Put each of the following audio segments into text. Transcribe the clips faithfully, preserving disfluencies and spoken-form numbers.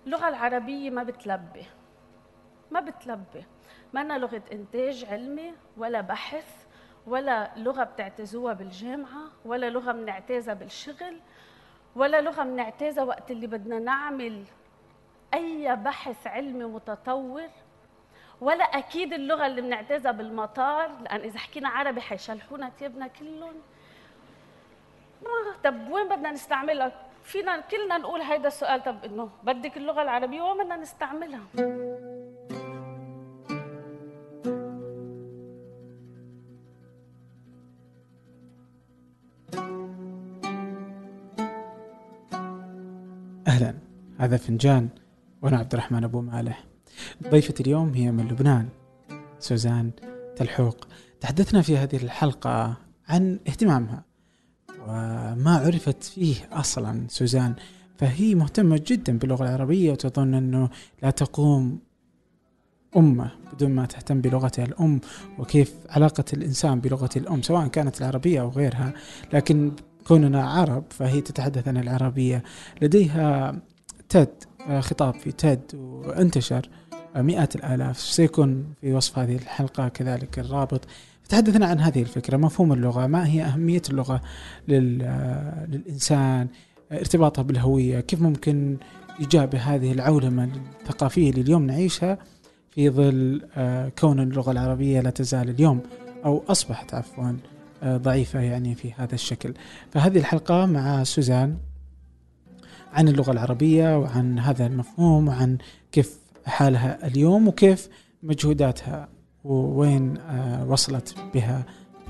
اللغة العربية ما بتلبي ما بتلبي ما أنا لغة إنتاج علمي ولا بحث ولا لغة بتعتزوها بالجامعة ولا لغة بنعتازها بالشغل ولا لغة بنعتازها وقت اللي بدنا نعمل أي بحث علمي متطور، ولا أكيد اللغة اللي بنعتازها بالمطار، لأن إذا حكينا عربي حيشلحونا تيابنا كلهم. طب وين بدنا نستعملها؟ فينا كلنا نقول هيدا السؤال، طب إنه بدك اللغة العربية وين بدنا نستعملها؟ أهلا، هذا فنجان وأنا عبد الرحمن أبو مالح. ضيفة اليوم هي من لبنان سوزان تلحوق. تحدثنا في هذه الحلقة عن اهتمامها وما عرفت فيه أصلا سوزان، فهي مهتمة جدا باللغة العربية وتظن أنه لا تقوم أمة بدون ما تهتم بلغتها الأم، وكيف علاقة الإنسان بلغة الأم سواء كانت العربية أو غيرها. لكن كوننا عرب فهي تتحدث عن العربية. لديها تيد، خطاب في تيد وانتشر مئات الآلاف. سيكون في وصف هذه الحلقة كذلك الرابط. تحدثنا عن هذه الفكرة، مفهوم اللغة، ما هي أهمية اللغة للإنسان، ارتباطها بالهوية، كيف ممكن إيجاب هذه العولمة الثقافية اللي اليوم نعيشها في ظل كون اللغة العربية لا تزال اليوم أو أصبحت عفوا ضعيفة يعني في هذا الشكل. فهذه الحلقة مع سوزان عن اللغة العربية وعن هذا المفهوم وعن كيف حالها اليوم وكيف مجهوداتها ووين وصلت بها.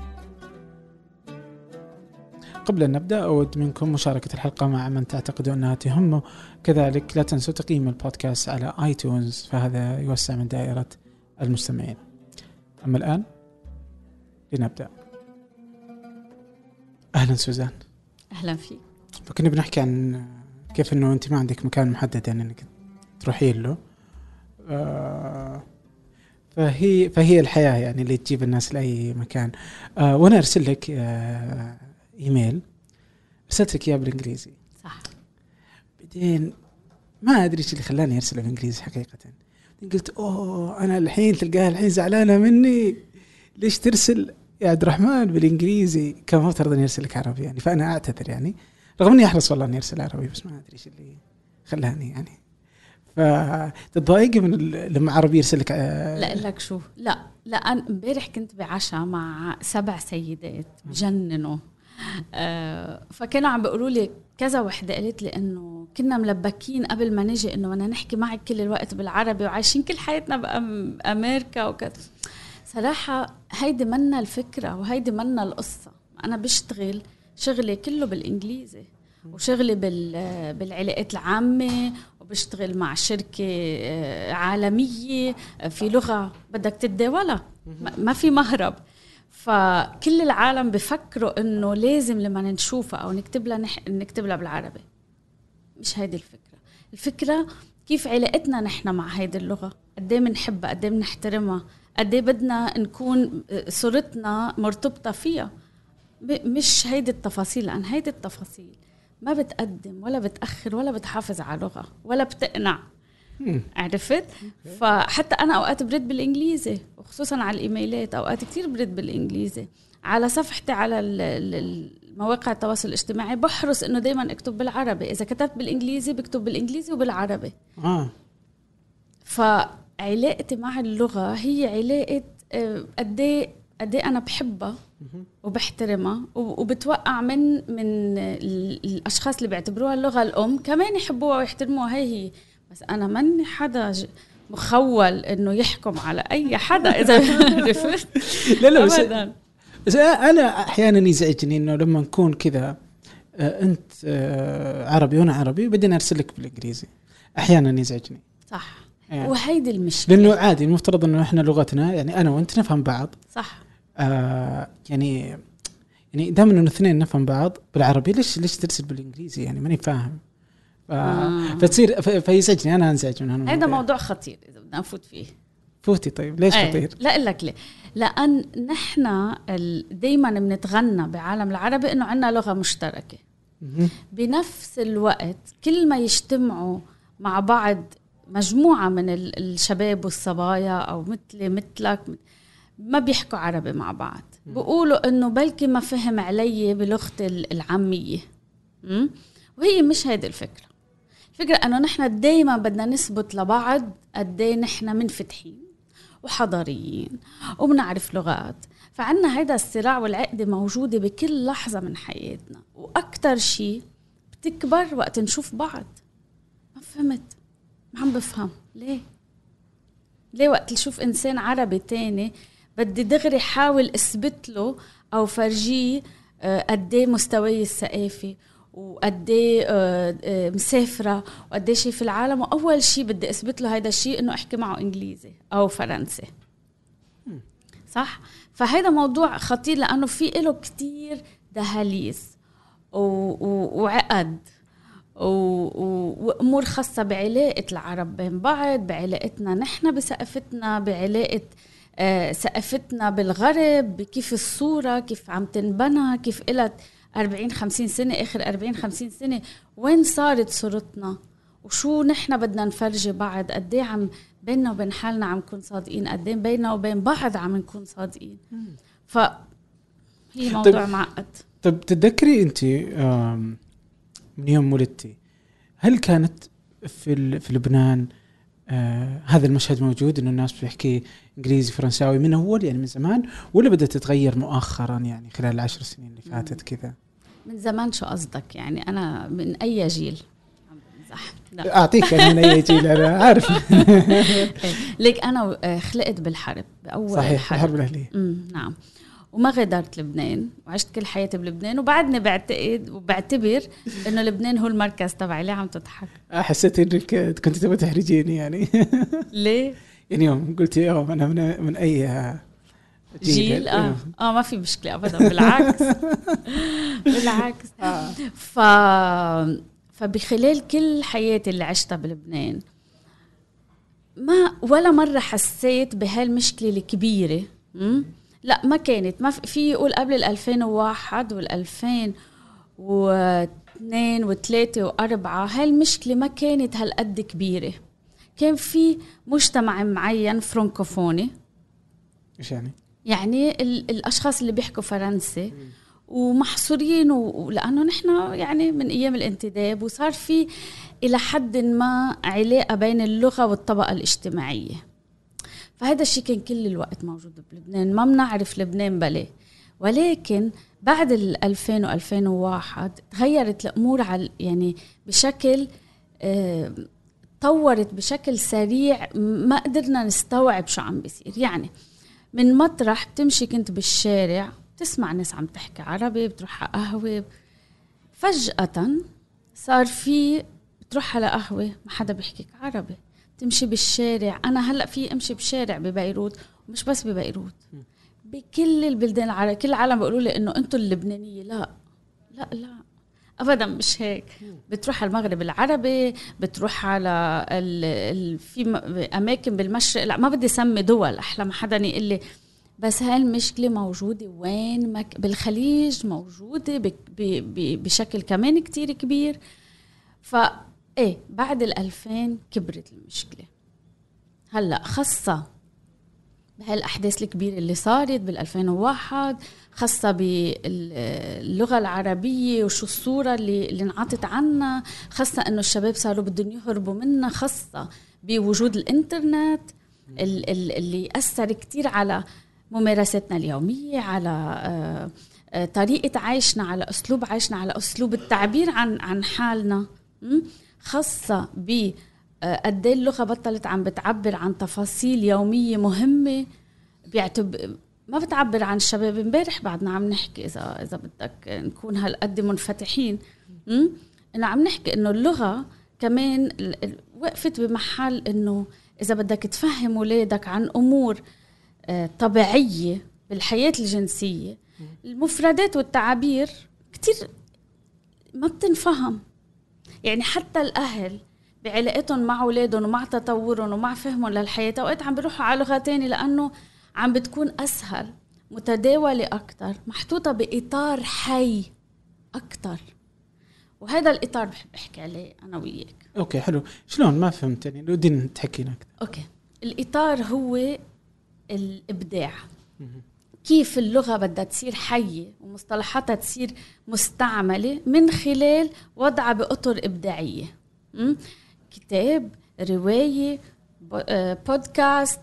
قبل أن نبدأ أود منكم مشاركة الحلقة مع من تعتقدوا أنها تهمه. كذلك لا تنسوا تقييم البودكاست على آيتونز، فهذا يوسع من دائرة المستمعين. أما الآن لنبدأ. أهلا سوزان. أهلا فيك. فكنا بنحكي عن كيف أنه أنت ما عندك مكان محدد يعني أنك تروحين له، آه فهي فهي الحياة يعني اللي تجيب الناس لأي مكان. آه وأنا أرسل لك آه إيميل، أرسلت لك إياه بالإنجليزي صح. بعدين ما أدري إيش اللي خلاني أرسله بالإنجليزي حقيقة. قلت أوه أنا الحين تلقاها الحين زعلانة مني، ليش ترسل يا عبد الرحمن بالإنجليزي؟ كان مفترض أن يرسلك عربي يعني. فأنا أعتذر يعني، رغم أني أحرص والله أن يرسل عربي، بس ما أدري إيش اللي خلاني يعني. فتضايق من لما عربي يرسلك آه لا لك شو لا لا أنا امبارح كنت بعشاء مع سبع سيدات بجننوا، آه فكانوا عم بيقولوا لي كذا وحده قالت لي انه كنا ملبكين قبل ما نجي انه بدنا نحكي معك كل الوقت بالعربي وعايشين كل حياتنا بامريكا وكذا. صراحه هيدي منا الفكره وهيدي منا القصه. انا بشتغل شغلي كله بالانجليزي وشغلي بالعلاقات العامه وبشتغل مع شركه عالميه في لغه بدك تتداولها، ما في مهرب. فكل العالم بفكروا انه لازم لما نشوفها او نكتب لها نح... نكتب لها بالعربي. مش هيدي الفكره. الفكره كيف علاقتنا نحن مع هيدي اللغه، قد ايه بنحبها، قد ايه بنحترمها، قد ايه بدنا نكون صورتنا مرتبطه فيها. ب... مش هيدي التفاصيل، لان هيدي التفاصيل ما بتقدم ولا بتاخر ولا بتحافظ على لغه ولا بتقنع. عرفت؟ فحتى أنا أوقات برد بالإنجليزي، وخصوصا على الإيميلات أوقات كتير برد بالإنجليزي. على صفحتي على المواقع التواصل الاجتماعي بحرص إنه دايما أكتب بالعربي، إذا كتبت بالإنجليزي بكتب بالإنجليزي وبالعربي. آه. فعلاقتي مع اللغة هي علاقة قدي قدي أنا بحبها وبحترمها وبتوقع من من الأشخاص اللي بيعتبروها اللغة الأم كمان يحبوها ويحترموها. هي هي بس أنا من حدا مخول إنه يحكم على أي حدا إذا عرفت. لا لا بس, بس أنا أحيانا يزعجني إنه لما نكون كذا أنت عربي وأنا عربي وبدنا أرسلك بالإنجليزي، أحيانا يزعجني. صح يعني. وهيدي المشكلة، لأنه عادي المفترض إنه إحنا لغتنا يعني أنا وأنت نفهم بعض. صح. آه يعني يعني دائما إنه الاثنين نفهم بعض بالعربي، ليش ليش ترسل بالإنجليزي يعني ماني فاهم. آه. فتصير فيزعجني، أنا أنزعج من هذا. هذا موضوع خطير إذا بدنا نفوت فيه. فوتي. طيب ليش أيه. خطير؟ لا أقول لك ليه. لأن نحن دايما بنتغنى بعالم العربي إنه عنا لغة مشتركة. بنفس الوقت كل ما يجتمعوا مع بعض مجموعة من الشباب والصبايا أو مثلي مثلك ما بيحكوا عربي مع بعض، بيقولوا إنه بلكي ما فهم علي بلغة العامية. وهي مش هيدي الفكرة. الفكرة إنه نحن دايما بدنا نثبت لبعض قديه نحن منفتحين وحضاريين وبنعرف لغات. فعنا هيدا الصراع والعقدة موجودة بكل لحظة من حياتنا، وأكتر شيء بتكبر وقت نشوف بعض. ما فهمت، ما عم بفهم ليه ليه وقت نشوف إنسان عربي تاني بدي دغري حاول أثبت له أو فرجيه قديه مستوي الثقافي وقديه مسافرة وقديه شيء في العالم، وأول شيء بدي أثبت له هيدا الشيء إنه أحكي معه إنجليزي أو فرنسي. صح؟ فهذا موضوع خطير لأنه في له كتير دهاليز وعقد وأمور خاصة بعلاقة العرب بين بعض، بعلاقتنا نحن بثقافتنا، بعلاقة ثقافتنا بالغرب، كيف الصورة كيف عم تنبنى، كيف قلت أربعين خمسين سنة، آخر أربعين خمسين سنة وين صارت صورتنا، وشو نحن بدنا نفرجي بعض، قديه عم بيننا وبين حالنا عم نكون صادقين، قديه بيننا وبين بعض عم نكون صادقين. فهي موضوع طيب معقد. طب تتذكري أنت من يوم ولدتي هل كانت في في لبنان آه هذا المشهد موجود إنه الناس بيحكي إنجليزي فرنساوي من أول يعني من زمان، ولا بدأت تتغير مؤخرا يعني خلال العشر سنين اللي فاتت كذا؟ من زمان. شو قصدك يعني؟ أنا من أي جيل؟ أعطيك أنا من أي جيل أنا عارف. ليك أنا خلقت بالحرب بأول صحيح الحرب, الحرب الأهلية. نعم. وما غادرت لبنان وعشت كل حياتي بلبنان، وبعدني بعتقد وبعتبر إنه لبنان هو المركز تبعي. ليه عم تضحك؟ حسيت إنك كنت تبغى تحرجيني يعني. ليه؟ يعني يوم قلت يوم أنا من, من أي جيل, جيل؟ آه. آه ما في مشكلة أبدا، بالعكس بالعكس. آه. ف فبخلال كل حياتي اللي عشتها بلبنان ما ولا مرة حسيت بهالمشكلة الكبيرة. م? لا ما كانت. ما في يقول قبل الألفين وواحد والألفين واثنين وثلاثة وأربعة هالمشكلة ما كانت هالقد كبيرة. كان في مجتمع معين فرانكوفوني. إيش يعني؟ يعني الأشخاص اللي بيحكوا فرنسي ومحصورين، ولأنه نحن يعني من أيام الانتداب وصار في إلى حد ما علاقة بين اللغة والطبقة الاجتماعية. فهذا الشيء كان كل الوقت موجود بلبنان. ما بنعرف لبنان بلي، ولكن بعد الألفين وألفين وواحد تغيرت الأمور على يعني بشكل اه طورت بشكل سريع، ما قدرنا نستوعب شو عم بيصير. يعني من مطرح بتمشي كنت بالشارع تسمع ناس عم تحكي عربي، بتروح على قهوة، فجأة صار في بتروح على قهوة ما حدا بيحكيك عربي. تمشي بالشارع، أنا هلأ في أمشي بشارع ببيروت، ومش بس ببيروت، بكل البلدان العربية، كل العالم بيقولوا لي إنه أنتوا اللبنانية. لا لا لا أبدا مش هيك. بتروح على المغرب العربي، بتروح على ال ال في أماكن بالمشرق، لا ما بدي سمي دول أحلى ما حدا يقول لي، بس هالمشكلة موجودة وين ما بالخليج موجودة ب ب بشكل كمان كتير كبير. فإيه بعد الألفين كبرت المشكلة. هلأ خاصة بهالأحداث الكبيرة اللي صارت بالألفين وواحد، خاصة باللغة العربية وشو الصورة اللي, اللي انعطت عنا، خاصة أنه الشباب صاروا بدهم يهربوا منها، خاصة بوجود الإنترنت اللي أثر كتير على ممارستنا اليومية، على طريقة عيشنا، على أسلوب عيشنا، على أسلوب التعبير عن عن حالنا. خاصة ب قد ايه اللغة بطلت عم بتعبر عن تفاصيل يومية مهمة، بيعتب ما بتعبر عن الشباب. امبارح بعدنا عم نحكي إذا إذا بدك نكون هالقد منفتحين، إنه عم نحكي إنه اللغة كمان وقفت بمحل إنه إذا بدك تفهم ولادك عن أمور طبيعية بالحياة الجنسية، المفردات والتعابير كتير ما بتنفهم. يعني حتى الأهل بعلاقتهم مع أولادهم ومع تطورهم ومع فهمهم للحياة أوقات عم بيروحوا على لغة تانية، لأنه عم بتكون أسهل، متداولة أكتر، محطوطة بإطار حي أكتر. وهذا الإطار بحب أحكي عليه أنا وياك. اوكي حلو. شلون؟ ما فهمت يعني، ودي تحكينا اكثر. اوكي، الاطار هو الابداع. كيف اللغة بدها تصير حية ومصطلحاتها تصير مستعملة من خلال وضعها بأطر إبداعية. م? كتاب، رواية، بودكاست،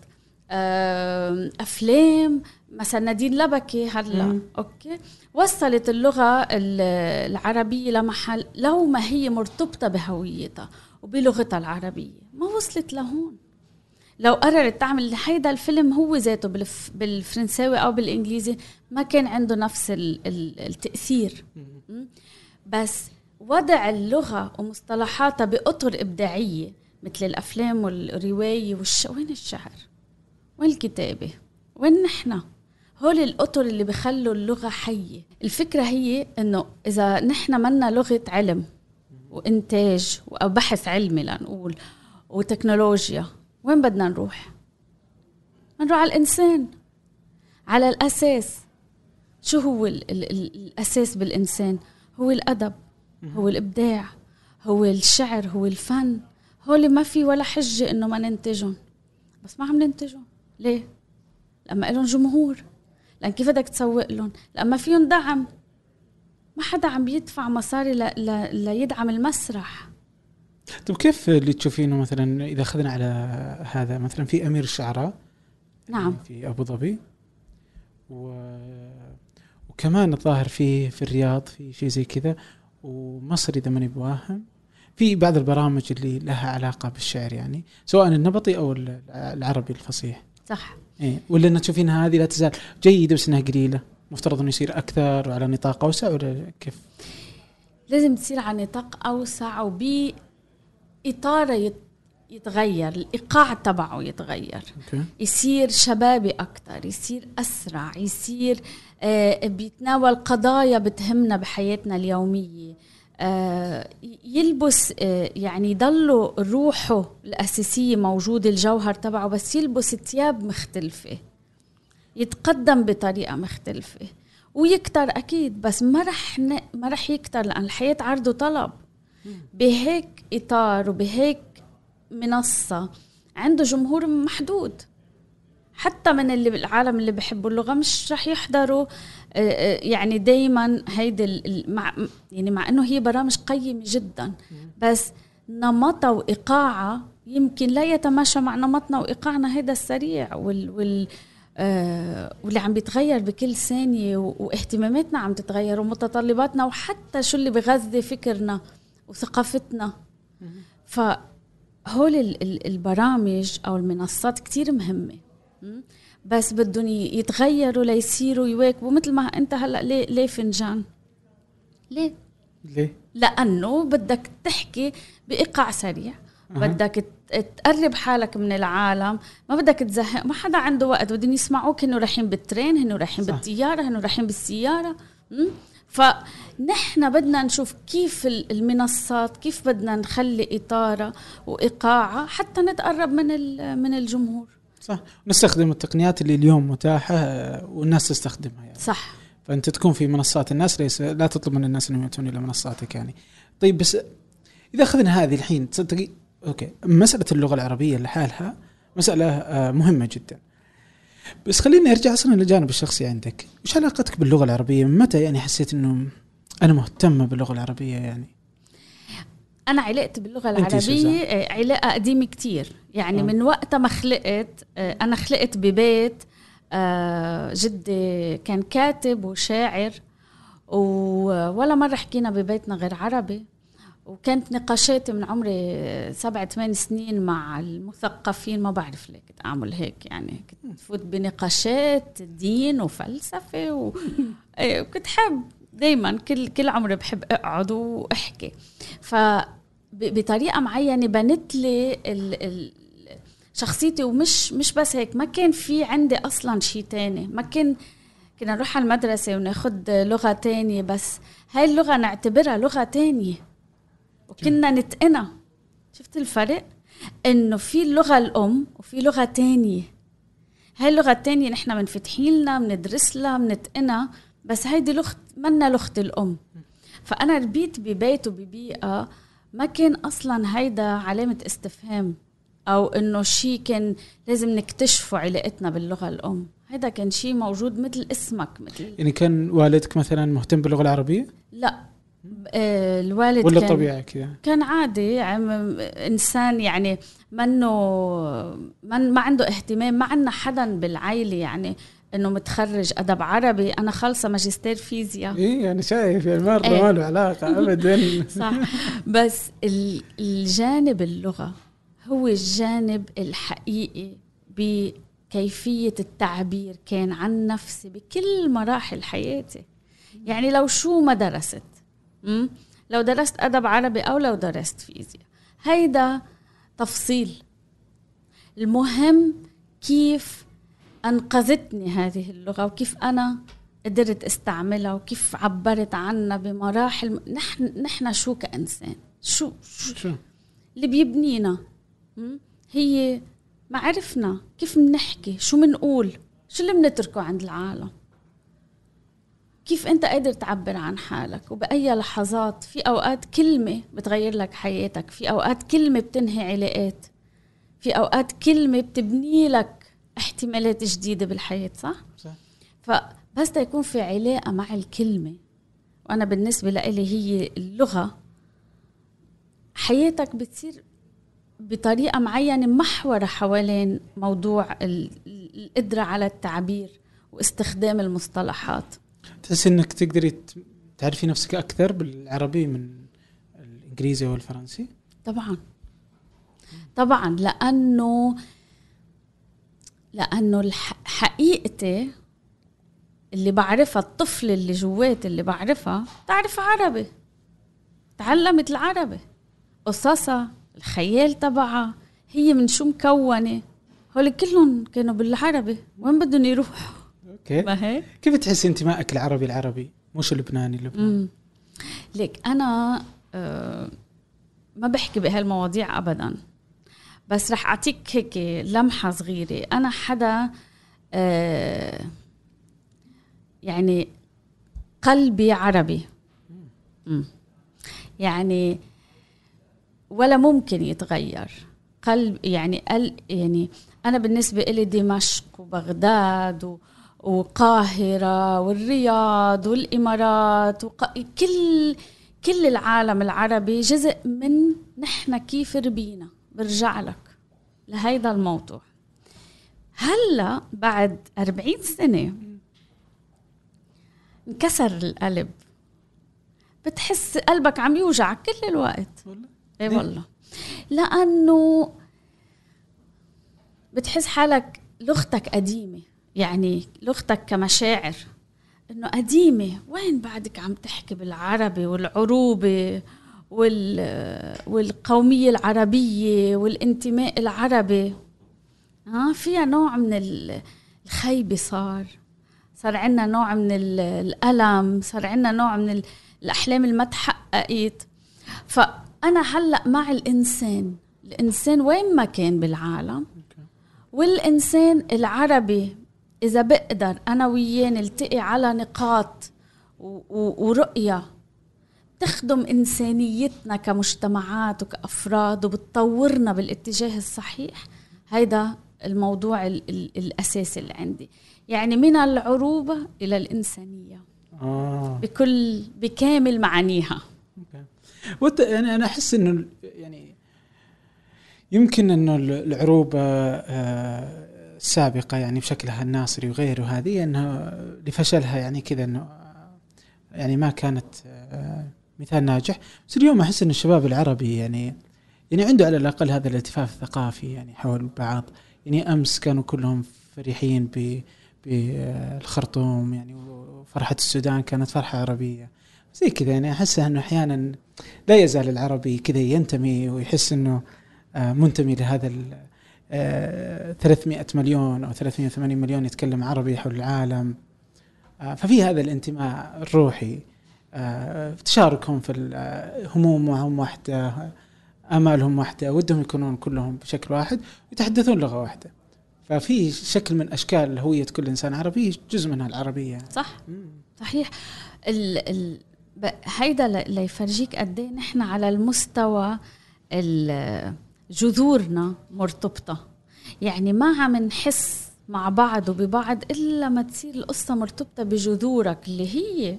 أفلام. مثلا نادين لبكي هلا مم. أوكي وصلت اللغة العربية لمحل لو ما هي مرتبطة بهويتها وبلغتها العربية ما وصلت لهون. لو قررت تعمل هيدا الفيلم هو ذاته بالف... بالفرنساوي أو بالإنجليزي ما كان عنده نفس ال... ال... التأثير. م? بس وضع اللغة ومصطلحاتها بأطر إبداعية مثل الأفلام والرواية والش... وين الشعر؟ وين الكتابة؟ وين نحن؟ هول الأطر اللي بخلوا اللغة حية. الفكرة هي إنه إذا نحن منا لغة علم وإنتاج أو بحث علمي لنقول وتكنولوجيا، وين بدنا نروح؟ نروح على الإنسان، على الأساس. شو هو ال ال ال الأساس بالإنسان؟ هو الأدب، هو الإبداع، هو الشعر، هو الفن. هول ما في ولا حجة إنه ما ننتجهم، بس ما عم ننتجهم. ليه؟ لما إلهم جمهور. لأن كيف بدك تسوق لهم؟ لما فيهم دعم. ما حدا عم بيدفع مصاري ل ل ليدعم المسرح. طب كيف اللي تشوفينه مثلا إذا أخذنا على هذا مثلا في أمير الشعراء نعم في أبو ظبي و... وكمان الظاهر في في الرياض في شيء زي كذا، ومصر إذا ماني بواهم في بعض البرامج اللي لها علاقة بالشعر يعني سواء النبطي أو العربي الفصيح. صح. إيه ولا أن تشوفينها هذه لا تزال جيدة بس إنها قليلة، مفترض إنه يصير أكثر وعلى نطاق أوسع ولا كيف؟ لازم تصير على نطاق أوسع وبي إطاره يتغير، الإيقاع تبعه يتغير. okay. يصير شبابي أكتر، يصير أسرع، يصير آه بيتناول قضايا بتهمنا بحياتنا اليومية، آه يلبس آه يعني يضلوا روحه الأساسية موجودة الجوهر تبعه، بس يلبس ثياب مختلفة، يتقدم بطريقة مختلفة ويكتر أكيد. بس ما رح ن... ما رح يكتر لأن الحياة عرض وطلب. بهيك إطار وبهيك منصة عنده جمهور محدود، حتى من اللي بالعالم اللي بيحبوا اللغة مش رح يحضروا. يعني دايما هيدي مع يعني مع انه هي برامج قيمة جدا، بس نمطها وإيقاعها يمكن لا يتماشى مع نمطنا وإيقاعنا هيدا السريع وال, وال آه واللي عم بيتغير بكل ثانية، واهتماماتنا عم تتغير ومتطلباتنا، وحتى شو اللي بغذي فكرنا وثقافتنا. فهول البرامج أو المنصات كتير مهمة، بس بدهم يتغيروا ليصيروا يواكبوا. مثل ما أنت هلأ ليه, ليه فنجان؟ ليه؟ ليه؟ لأنه بدك تحكي بإيقاع سريع، أه. بدك تقرب حالك من العالم، ما بدك تزهق، ما حدا عنده وقت، بدهم يسمعوك هنو رايحين بالترين، هنو رايحين بالطيارة، هنو رايحين بالسيارة. م? فنحن بدنا نشوف كيف المنصات كيف بدنا نخلي إطارة وإيقاعها حتى نتقرب من من الجمهور. صح، نستخدم التقنيات اللي اليوم متاحة والناس تستخدمها يعني. صح. فأنت تكون في منصات الناس، ليس لا تطلب من الناس أن يأتون إلى منصاتك يعني. طيب بس إذا أخذنا هذه الحين تصدقي أوكي مسألة اللغة العربية لحالها مسألة مهمة جدا، بس خليني أرجع أصلا للجانب الشخصي عندك. وش علاقتك باللغة العربية؟ من متى يعني حسيت إنه أنا مهتمة باللغة العربية يعني؟ أنا علقت باللغة العربية علاقة قديمة كتير يعني آه. من وقت ما خلقت. أنا خلقت ببيت جدي كان كاتب وشاعر، ولا مرة حكينا ببيتنا غير عربي، وكانت نقاشاتي من عمري سبعة ثمان سنين مع المثقفين. ما بعرف ليه كنت أعمل هيك يعني، كنت فوت بنقاشات دين وفلسفة و... وكنت حب دايما كل كل عمري بحب أقعد وأحكي. فبطريقة معينة بنت لي ال... ال... شخصيتي. ومش مش بس هيك، ما كان في عندي أصلا شيء تاني. ما كان كنا نروح على المدرسة وناخد لغة تانية، بس هاي اللغة نعتبرها لغة تانية وكنا نتقنها. شفت الفرق؟ إنه في اللغة الأم وفي لغة تانية. هاي اللغة التانية نحنا منفتحين لنا، مندرس لها، منتقنها، بس هاي دي لغة منا لغة الأم. فأنا ربيت ببيت وببيئة ما كان أصلا هيدا علامة استفهام أو إنه شيء كان لازم نكتشفه علاقتنا باللغة الأم. هيدا كان شيء موجود مثل اسمك مثل. يعني كان والدك مثلا مهتم باللغة العربية؟ لا آه الوالد ولا كان طبيعي كذا؟ كان عادي إنسان يعني منه من ما عنده اهتمام. ما عندنا حدا بالعائلة يعني إنه متخرج أدب عربي. أنا خالصة ماجستير فيزياء. إيه يعني شايف يعني مرة إيه. ما له علاقة أبدا. صح. بس الجانب اللغة هو الجانب الحقيقي بكيفية التعبير كان عن نفسي بكل مراحل حياتي. يعني لو شو ما درست، م? لو درست أدب عربي أو لو درست فيزياء، هيدا تفصيل. المهم كيف أنقذتني هذه اللغة وكيف أنا قدرت استعملها وكيف عبرت عنها بمراحل. نحن نحن شو كإنسان شو, شو اللي بيبنينا هي معرفنا كيف بنحكي، شو منقول، شو اللي بنتركه عند العالم، كيف أنت قادر تعبر عن حالك وبأي لحظات. في أوقات كلمة بتغير لك حياتك، في أوقات كلمة بتنهي علاقات، في أوقات كلمة بتبني لك احتمالات جديدة بالحياة. صح؟ صح. فبس يكون في علاقة مع الكلمة، وأنا بالنسبة لي هي اللغة، حياتك بتصير بطريقة معينة محورة حوالين موضوع القدرة على التعبير واستخدام المصطلحات. تحس إنك تقدري تعرفي نفسك أكثر بالعربي من الإنجليزي والفرنسي؟ طبعا طبعا لأنه لأنه الحقيقة اللي بعرفها، الطفل اللي جوات اللي بعرفها تعرف عربي، تعلمت العربي، قصصها الخيال تبعها هي من شو مكونة. هول كلهم كانوا بالعربي، وين بدهم يروحوا؟ اوكي. ما هيك؟ كيف تحس انتمائك العربي العربي مش لبناني لبناني؟ ليك انا أه ما بحكي بهالمواضيع ابدا، بس رح اعطيك هيك لمحة صغيرة. انا حدا أه يعني قلبي عربي، مم. يعني ولا ممكن يتغير قلب. يعني قل يعني أنا بالنسبة إلي دمشق وبغداد و وقاهرة والرياض والإمارات وق... كل كل العالم العربي جزء من نحن كيف ربينا. برجع لك لهيدا الموضوع. هلأ بعد أربعين سنة انكسر القلب، بتحس قلبك عم يوجع كل الوقت. اي والله، لأنه بتحس حالك لغتك قديمة. يعني لغتك كمشاعر انه قديمة، وين بعدك عم تحكي بالعربي والعروبة وال والقومية العربية والانتماء العربي. ها فيها نوع من الخيبة، صار صار عنا نوع من الألم، صار عنا نوع من الأحلام اللي ما تحققت. فأنا هلأ مع الإنسان الإنسان وين ما كان بالعالم، والإنسان العربي إذا بقدر أنا وياه نلتقي على نقاط ورؤية تخدم إنسانيتنا كمجتمعات وكأفراد وبتطورنا بالاتجاه الصحيح، هيدا الموضوع ال ال الأساسي اللي عندي. يعني من العروبة إلى الإنسانية آه. بكل بكامل معانيها. وت... يعني أنا أحس إنه يعني يمكن إنه العروبة السابقة يعني بشكلها الناصري وغيره هذه إنها لفشلها يعني كذا إنه يعني ما كانت مثال ناجح. بس اليوم أحس إن الشباب العربي يعني يعني عنده على الأقل هذا الالتفاف الثقافي يعني حول بعض. يعني أمس كانوا كلهم فرحين ب بالخرطوم يعني، وفرحة السودان كانت فرحة عربية زي كذا. يعني أحس أنه أحيانا لا يزال العربي كذا ينتمي ويحس أنه منتمي لهذا ثلاثمائة مليون أو ثلاثمائة وثمانين مليون يتكلم عربي حول العالم. ففي هذا الانتماء الروحي، تشاركهم في همومهم واحدة، أمالهم واحدة، ودهم يكونون كلهم بشكل واحد ويتحدثون لغة واحدة. ففي شكل من أشكال هوية كل إنسان عربي جزء منها العربية. صح. مم. صحيح. ال ال هيدا ليفرجيك قد ايه نحن على المستوى جذورنا مرتبطة. يعني ما عم نحس مع بعض وببعض إلا ما تصير القصة مرتبطة بجذورك اللي هي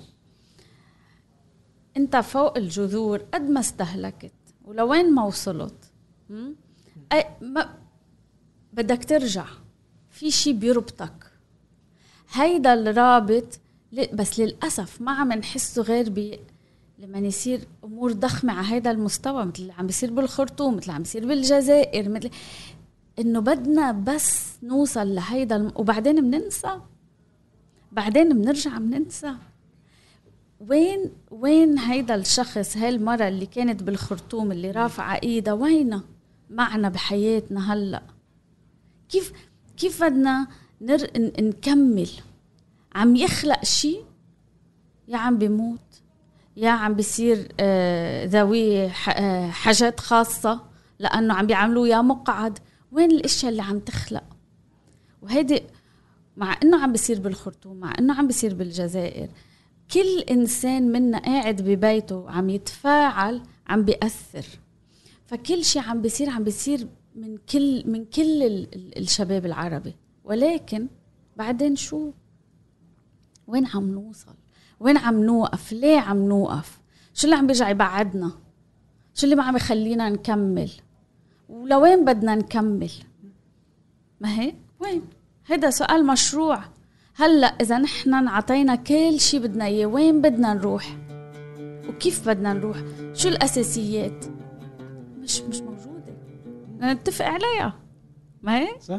أنت فوق الجذور قد ما استهلكت ولوين ما وصلت أي ما بدك ترجع في شي بيربطك. هيدا الرابط بس للأسف ما عم نحسه غير بي لما يصير أمور ضخمة على هيدا المستوى مثل اللي عم بيصير بالخرطوم مثل اللي عم بيصير بالجزائر مثل إنه بدنا بس نوصل لهيدا الم... وبعدين بننسى بعدين بنرجع بننسى وين وين هيدا الشخص هاي المرة اللي كانت بالخرطوم اللي رافعة ايدها وينها معنا بحياتنا هلأ. كيف كيف بدنا نر... نكمل عم يخلق شيء يا عم بيموت يا عم بيصير آه ذوي آه حاجات خاصة لأنه عم بيعملوه يا مقعد. وين الاشياء اللي عم تخلق؟ وهيدي مع انه عم بيصير بالخرطوم مع انه عم بيصير بالجزائر كل انسان منا قاعد ببيته عم يتفاعل عم بيأثر. فكل شيء عم بيصير عم بيصير من كل من كل الشباب العربي. ولكن بعدين شو وين عم نوصل؟ وين عم نوقف؟ ليه عم نوقف؟ شو اللي عم بيرجع يبعدنا؟ شو اللي ما عم يخلينا نكمل؟ ولوين بدنا نكمل؟ ما هيك وين؟ هذا سؤال مشروع. هلأ إذا نحن نعطينا كل شي بدنا إياه وين بدنا نروح؟ وكيف بدنا نروح؟ شو الأساسيات؟ مش مش موجودة نتفق عليها. ما هيك؟ صح؟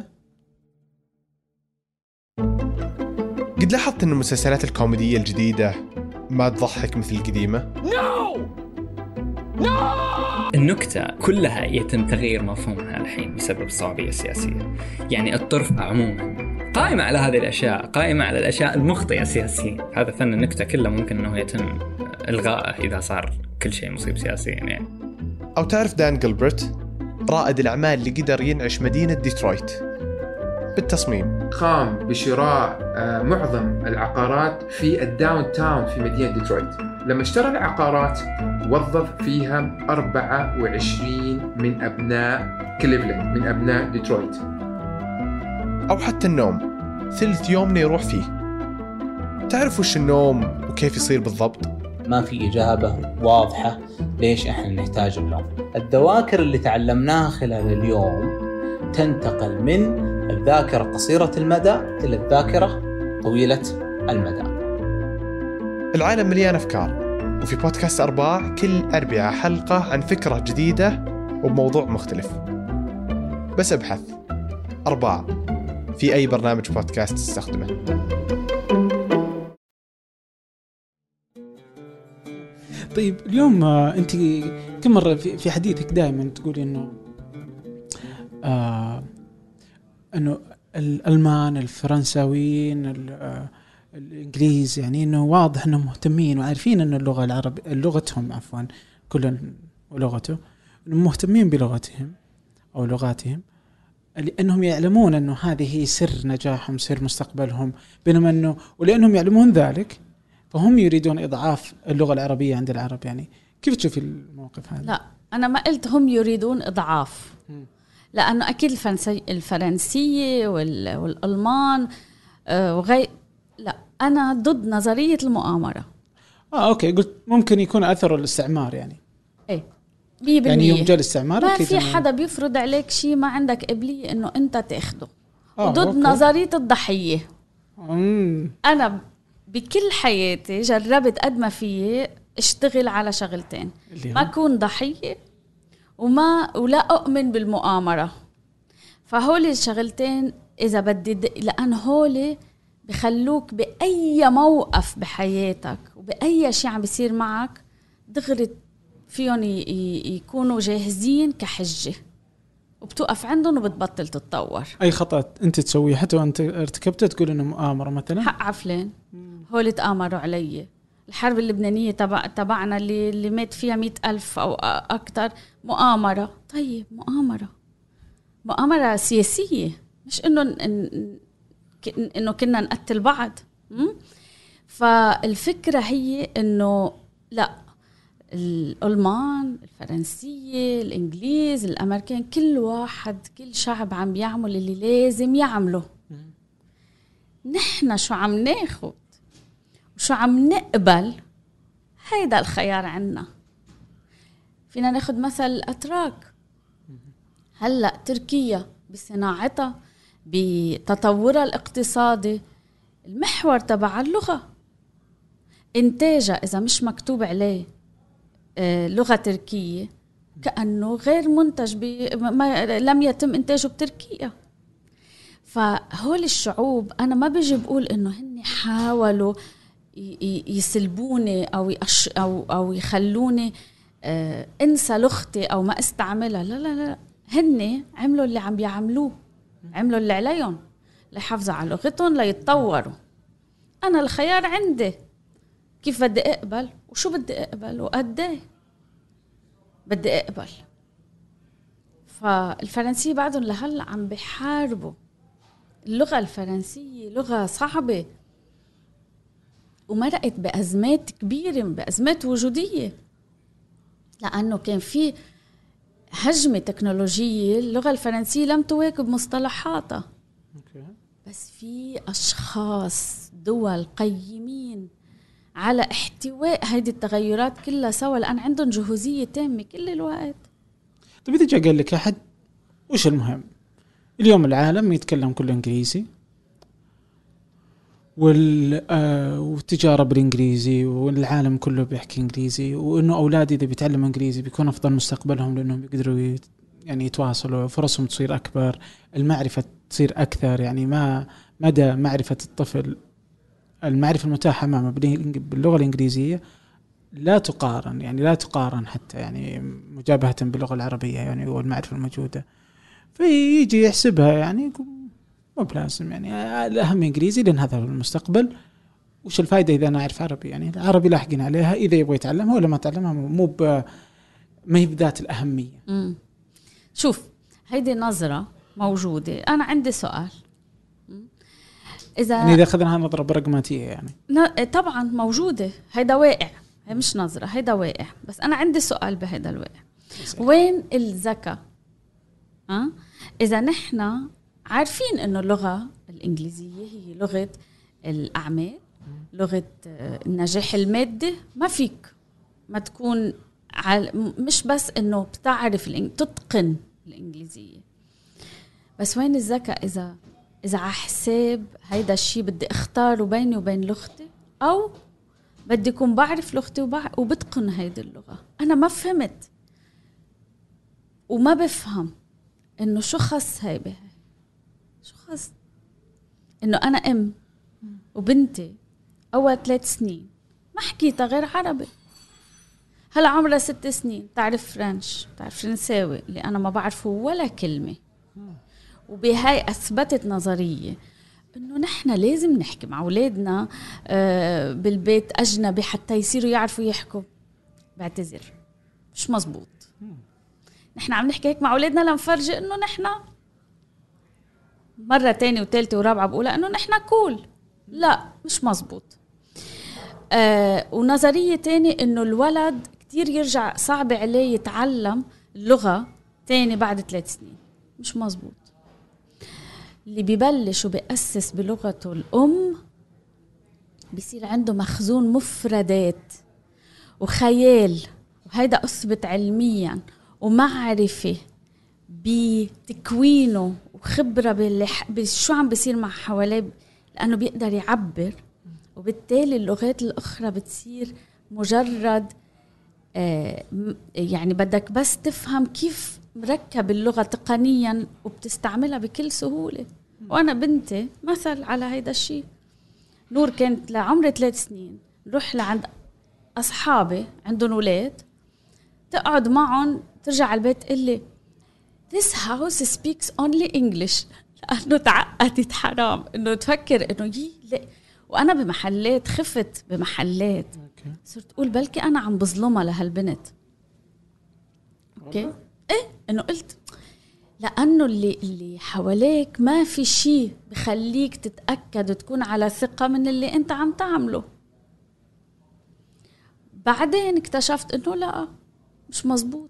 قد لاحظت إن المسلسلات الكوميدية الجديدة ما تضحك مثل القديمة؟ no! no! النكتة كلها يتم تغيير مفهومها الحين بسبب الصعوبية السياسية. يعني الطرف عموما قائمة على هذه الأشياء، قائمة على الأشياء المخطئة سياسيا. هذا فن النكتة كله ممكن أنه يتم إلغائه إذا صار كل شيء مصيب سياسيا يعني. أو تعرف دان جيلبرت رائد الأعمال اللي قدر ينعش مدينة ديترويت بالتصميم؟ قام بشراء معظم العقارات في الداون تاون في مدينة ديترويت. لما اشترى العقارات وظف فيها أربعة وعشرين من أبناء كليفلاند من أبناء ديترويت. أو حتى النوم ثلث يومنا يروح فيه. تعرف وش النوم وكيف يصير بالضبط؟ ما في إجابة واضحة ليش إحنا نحتاج النوم. الذواكر اللي تعلمناها خلال اليوم تنتقل من الذاكرة قصيرة المدى إلى الذاكرة طويلة المدى. العالم مليان أفكار، وفي بودكاست أرباع كل أربعة حلقة عن فكرة جديدة وبموضوع مختلف. بس ابحث أرباع في أي برنامج بودكاست تستخدمه. طيب اليوم أنت كم مرة في حديثك دائما تقولي إنه آه إنه الألمان الفرنساويين الإنجليز يعني إنه واضح إنهم مهتمين وعارفين إنه اللغة العربية لغتهم عفوا كل ولغته مهتمين بلغتهم أو لغاتهم لأنهم يعلمون إنه هذه هي سر نجاحهم سر مستقبلهم. بينما إنه ولأنهم يعلمون ذلك فهم يريدون إضعاف اللغة العربية عند العرب. يعني كيف تشوفي الموقف هذا؟ لا أنا ما قلت هم يريدون إضعاف م. لأنه أكيد الفرنسي الفرنسية والألمان وغير. لا أنا ضد نظرية المؤامرة. آه أوكي قلت ممكن يكون أثر الاستعمار يعني. إيه مية بالمية. يعني يوم جاء الاستعمار ما في حدا بيفرض عليك شيء ما عندك قبلية إنه أنت تأخده. آه ضد أوكي. نظرية الضحية. مم. أنا بكل حياتي جربت قد ما فيي اشتغل على شغلتين، ما أكون ضحية وما ولا أؤمن بالمؤامرة. فهولي الشغلتين إذا بدي د... لأن هولي بخلوك بأي موقف بحياتك وبأي شيء عم بيصير معك دغري فيهم ي... يكونوا جاهزين كحجة وبتوقف عندهم وبتبطل تتطور. أي خطأ أنت تسويه حتى وأنت ارتكبته تقول إنه مؤامرة مثلا؟ حق عفلين هولي تآمروا علي. الحرب اللبنانية تبع تبعنا اللي اللي مات فيها مئة ألف أو أكتر مؤامرة. طيب مؤامرة مؤامرة سياسية مش إنه إن إنه كنا نقتل بعض. فالفكرة هي إنه لا، الألمان، الفرنسية، الإنجليز، الأمريكان، كل واحد كل شعب عم بيعمل اللي لازم يعمله. نحن شو عم ناخد وشو عم نقبل، هيدا الخيار عنا. فينا ناخد مثل الأتراك. هلأ تركيا بصناعتها بتطورها الاقتصادي المحور تبع اللغة. إنتاجها إذا مش مكتوب عليه لغة تركية كأنه غير منتج، ما لم يتم إنتاجه بتركيا. فهول الشعوب أنا ما بيجي بقول إنه هني حاولوا يسلبوني أو يأش أو أو يخلوني انسى لغتي أو ما استعملها. لا لا لا، هني عملوا اللي عم بيعملوه، عملوا اللي عليهم ليحافظوا على لغتهم ليتطوروا. أنا الخيار عندي كيف بدي أقبل وشو بدي أقبل وقديه بدي أقبل. فالفرنسية بعدهم لهلا عم بيحاربوا اللغة الفرنسية، لغة صعبة ومرقت بأزمات كبيرة، بأزمات وجودية، لأنه كان في هجمة تكنولوجية. اللغة الفرنسية لم تواكب مصطلحاتها. بس في أشخاص دول قيمين على احتواء هذه التغيرات كلها سوا، لأن عندهم جهوزية تامة كل الوقت. طيب إذا جاء قال لك أحد وش المهم اليوم؟ العالم يتكلم كله إنجليزي والتجارة بالإنجليزي والعالم كله بيحكي إنجليزي، وإنه أولادي إذا بيتعلموا إنجليزي بيكون أفضل مستقبلهم لأنهم بيقدروا يعني يتواصلوا، فرصهم تصير أكبر، المعرفة تصير أكثر. يعني ما مدى معرفة الطفل، المعرفة المتاحة أمامه باللغة الإنجليزية لا تقارن، يعني لا تقارن حتى يعني مجابهة باللغة العربية يعني والمعرفة الموجودة. فيجي يحسبها يعني مو بلازم، يعني الأهم إنجليزي لأن هذا هو المستقبل. وش الفائدة إذا أنا أعرف عربي؟ يعني العربي لاحقين عليها، إذا يبغى يتعلمها ولا ما تعلمها مو ب ما هي بذات الأهمية. مم. شوف، هيدي نظرة موجودة. أنا عندي سؤال، إذا يعني إذا أخذناها نظرة براغماتية يعني طبعا موجودة، هيدا واقع، هي مش نظرة، هيدا واقع. بس أنا عندي سؤال بهيدا الواقع، وين الذكاء؟ أه؟ إذا نحن عارفين إنه اللغة الإنجليزية هي لغة الأعمال، لغة النجاح المادي، ما فيك ما تكون عال... مش بس إنه بتعرف الإنج... تتقن الإنجليزية، بس وين الذكاء؟ إذا إذا على حساب هيدا الشيء بدي اختاره بيني وبين لغتي، أو بدي أكون بعرف لغتي وبع... وبتقن هيدي اللغة. أنا ما فهمت وما بفهم إنه شو خص هاي بها، شو خص إنه أنا أم وبنتي أول ثلاث سنين ما حكيتها غير عربي، هلا عمرها ست سنين تعرف فرنش، تعرف فرنساوي اللي أنا ما بعرفه ولا كلمة. وبهاي أثبتت نظرية إنه نحن لازم نحكي مع أولادنا بالبيت أجنبي حتى يصيروا يعرفوا يحكوا. بعتذر، مش مزبوط. نحن عم نحكي هيك مع أولادنا لنفرجي إنه نحن مرة تانية وثالثة ورابعة بقولها إنه نحن كول. لا، مش مزبوط. آه ونظرية تانية إنه الولد كتير يرجع صعب عليه يتعلم اللغة تاني بعد ثلاث سنين. مش مزبوط. اللي بيبلش وبيأسس بلغته الأم بيصير عنده مخزون مفردات وخيال، وهيدا أثبت علميا، ومعرفة بتكوينه وخبرة بشو عم بيصير مع حواليه، لأنه بيقدر يعبر. وبالتالي اللغات الأخرى بتصير مجرد آه يعني بدك بس تفهم كيف مركب اللغة تقنيا وبتستعملها بكل سهولة. وأنا بنتي مثل على هيدا الشيء. نور كانت لعمر ثلاث سنين نروح لعند أصحابي عندهم ولاد، تقعد معهم ترجع على البيت تقلي this house speaks only English، لأنه تعقدت حرام إنه تفكر إنه يي لا. وأنا بمحلات خفت بمحلات صرت أقول بلكي أنا عم بظلمها لهالبنت. أوكي إيه إنه قلت لأنه اللي اللي حواليك ما في شيء بخليك تتأكد وتكون على ثقة من اللي أنت عم تعمله. بعدين اكتشفت انه لا مش مزبوط.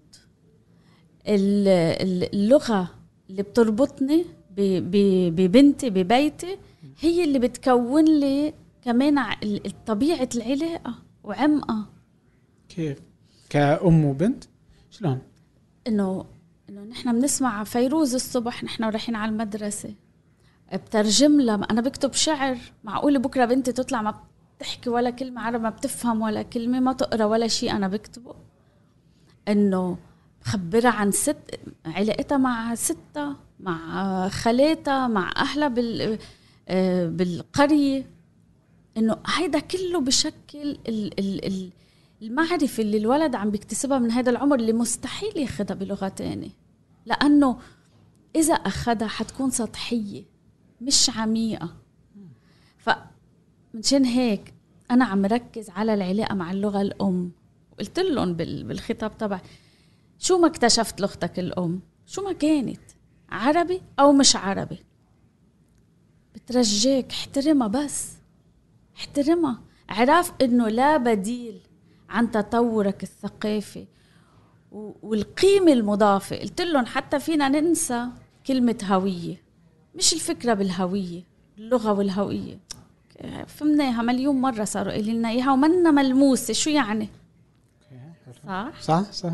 اللغة اللي بتربطني ببنتي ببيتي هي اللي بتكون لي كمان طبيعة العلاقة وعمقها. كيف؟ كأم وبنت شلون؟ إنه إنه نحن بنسمع فيروز الصبح نحن رايحين على المدرسة، بترجم لها. أنا بكتب شعر، معقول بكرة بنتي تطلع ما بتحكي ولا كلمة عربي، ما بتفهم ولا كلمة، ما تقرأ ولا شيء أنا بكتبه. إنه خبرها عن ست علاقتها مع ستها، مع خالاتها، مع أهلها بال بالقرية. إنه هيدا كله بشكل المعرفة اللي الولد عم بيكتسبها من هذا العمر، اللي مستحيل ياخدها بلغة تانية، لأنه إذا أخدها حتكون سطحية مش عميقة. فمنشان هيك أنا عم ركز على العلاقة مع اللغة الأم. وقلت لهم بالخطاب تبعي شو ما اكتشفت لغتك الأم، شو ما كانت عربي أو مش عربي، بترجيك احترمها، بس احترمها. عرف إنه لا بديل عن تطورك الثقافي والقيمة المضافة. قلت لهم حتى فينا ننسى كلمة هوية، مش الفكرة بالهوية، اللغة والهوية فهمناها مليون مرة، صاروا قايلين لنا إياها ومنا ملموسة. شو يعني؟ صح؟ صح صح.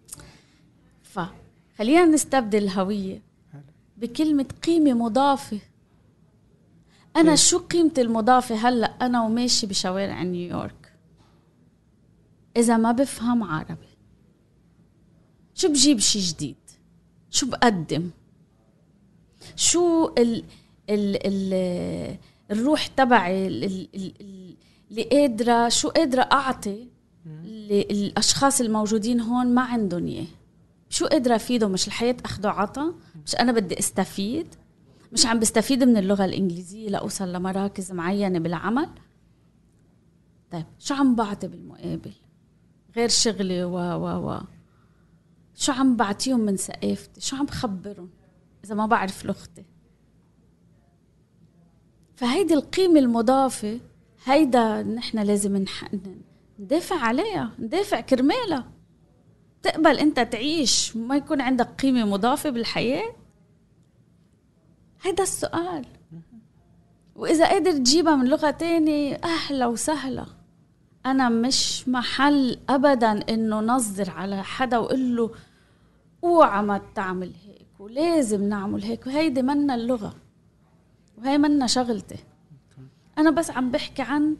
فخلينا نستبدل الهوية بكلمة قيمة مضافة. أنا شو قيمة المضافة هلأ أنا وماشي بشوارع نيويورك إذا ما بفهم عربي؟ شو بجيب شي جديد؟ شو بقدم؟ شو ال ال ال الروح تبعي اللي قادرة، شو قادرة أعطي الأشخاص الموجودين هون ما عندهم إياه؟ شو قادرة أفيده؟ مش الحياة أخده عطا، مش أنا بدي استفيد، مش عم بستفيد من اللغة الإنجليزية لأوصل لمراكز معينة بالعمل. طيب شو عم بعطي بالمقابل غير شغلي و و و شو عم بعطيهم من ثقافتي؟ شو عم بخبرهم إذا ما بعرف لغتي؟ فهيدي القيمة المضافة هيدا نحن لازم ندافع عليها، ندافع كرمالها. تقبل أنت تعيش وما يكون عندك قيمة مضافة بالحياة؟ هيدا السؤال. وإذا قادر تجيبها من لغة تانية أهلا وسهلا. أنا مش محل أبدا إنه نظر على حدا وقل له اوعى ما تعمل هيك ولازم نعمل هيك، وهيدي منا اللغة وهي منا شغلتي. أنا بس عم بحكي عن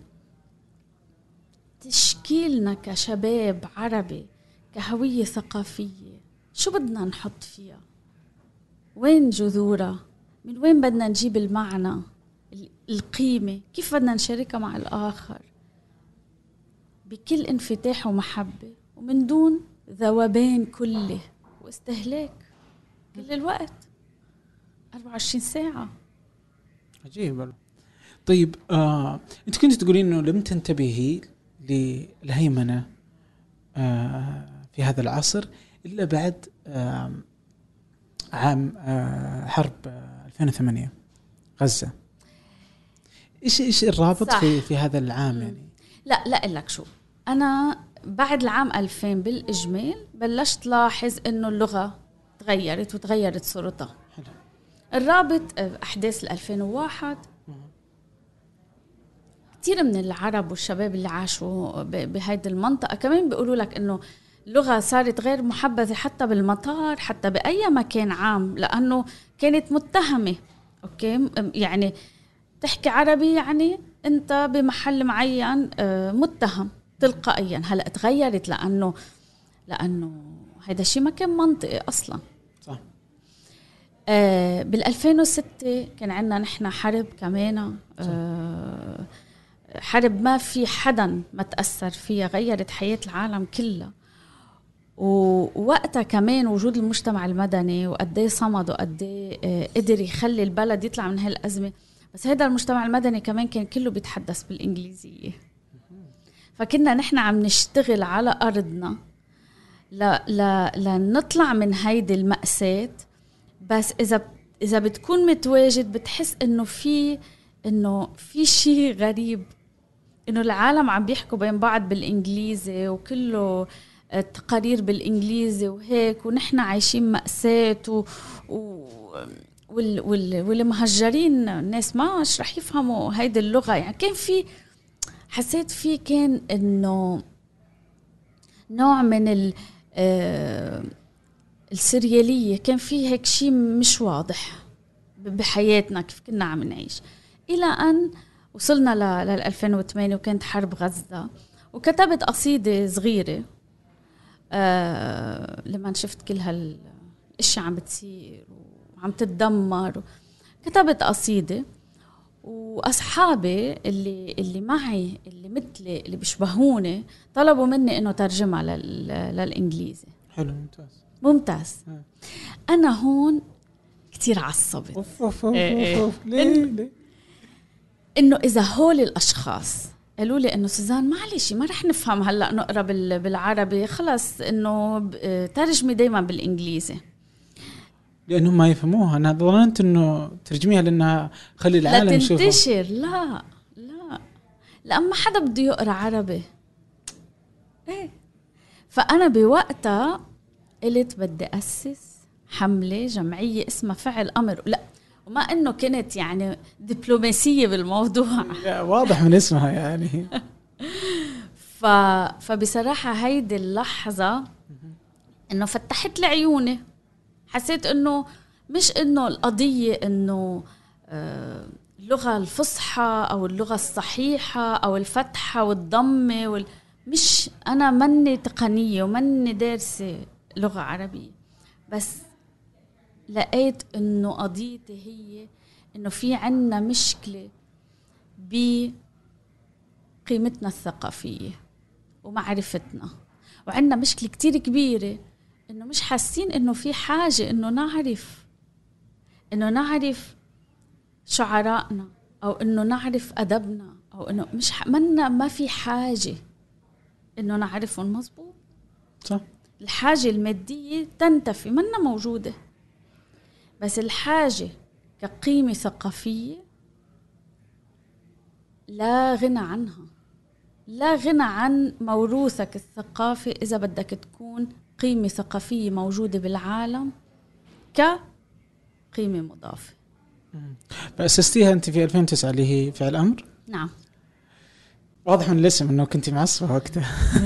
تشكيلنا كشباب عربي كهوية ثقافية. شو بدنا نحط فيها؟ وين جذورها؟ من وين بدنا نجيب المعنى، القيمة؟ كيف بدنا نشاركها مع الآخر بكل انفتاح ومحبة ومن دون ذوبان كله واستهلاك كل الوقت أربعة وعشرين ساعة؟ عجيب. طيب آه، أنت كنت تقولين إنه لم تنتبهي للهيمنة آه في هذا العصر إلا بعد آه عام آه حرب آه ألفين وثمانية غزة. إيش إيش الرابط صح. في في هذا العام يعني؟ لا لا لك شو، أنا بعد العام ألفين بالإجمال بلشت لاحظ إنه اللغة تغيرت وتغيرت صورتها. حلو. الرابط أحداث ألفين وواحد كتير من العرب والشباب اللي عاشوا بهيدي المنطقة كمان بيقولوا لك إنه اللغة صارت غير محبذة حتى بالمطار، حتى بأي مكان عام، لأنه كانت متهمة. أوكي، يعني تحكي عربي يعني أنت بمحل معين متهم تلقائيا. هلأ تغيرت لأنه لأنه هيدا شيء ما كان منطقي أصلا. صح. آه بالألفين وستة كان عندنا نحن حرب كمان، آه حرب ما في حدا ما تأثر فيها، غيرت حياة العالم كلها. ووقتها كمان وجود المجتمع المدني وقديه صمد وقديه قدر يخلي البلد يطلع من هالأزمة. بس هذا المجتمع المدني كمان كان كله بيتحدث بالإنجليزية، فكنا نحن عم نشتغل على أرضنا لا لا لنطلع من هيدي المأساة. بس إذا إذا بتكون متواجد بتحس إنه في إنه في شيء غريب، إنه العالم عم بيحكوا بين بعض بالإنجليزي وكله تقارير بالإنجليزي وهيك، ونحن عايشين مأساة و... و... وال... وال... والمهجرين الناس ما مش رح يفهموا هيدي اللغة. يعني كان في حسيت في كان إنه نوع من ال... آه... السريالية، كان في هيك شيء مش واضح بحياتنا كيف كنا عم نعيش، إلى أن وصلنا ل ألفين وثمانية وكانت حرب غزة، وكتبت قصيدة صغيرة آه لما شفت كل هالاشياء عم بتصير وعم تتدمر. كتبت قصيدة، وأصحابي اللي اللي معي اللي مثلي اللي بيشبهوني طلبوا مني إنه ترجمها لل للإنجليزي. حلو، ممتاز ممتاز. ها. أنا هون كتير عصبت. أوف أوف أوف إيه أوف. ليه ليه؟ إنه إذا هول الأشخاص قالوا لي إنه سوزان معلش ما رح نفهم هلأ نقرأ بالعربي، خلص إنه ترجمي دايما بالإنجليزي، لأنهم ما يفهموها. أنا ظننت إنه ترجميها لأنها خلي العالم يشوفها. لا تنتشر. لا لا لأما حدا بده يقرأ عربي. إيه. فأنا بوقتها قلت بدي أسس حملة جمعية اسمها فعل أمر. لا، وما إنه كنت يعني دبلوماسية بالموضوع. واضح من اسمها يعني. ف... فبصراحة هيدي اللحظة إنه فتحت لي عيوني، حسيت إنه مش إنه القضية إنه آه اللغة الفصحى أو اللغة الصحيحة أو الفتحة والضمة وال... مش أنا مني تقنية ومني دارسة لغة عربية، بس لقيت إنه قضيتي هي إنه في عنا مشكلة بقيمتنا الثقافية ومعرفتنا، وعنا مشكلة كتير كبيرة إنه مش حاسين إنه في حاجة إنه نعرف إنه نعرف شعرائنا أو إنه نعرف أدبنا، أو إنه مش ح... منا ما في حاجة إنه نعرفهم. مظبوط صح. الحاجة المادية تنتفي منا موجودة، بس الحاجة كقيمة ثقافية لا غنى عنها. لا غنى عن موروثك الثقافي إذا بدك تكون قيمة ثقافية موجودة بالعالم كقيمة مضافة. فأسستيها أنت في ألفين وتسعة اللي هي فعل أمر؟ نعم. واضح من الاسم أنه كنت معصبة وقتها.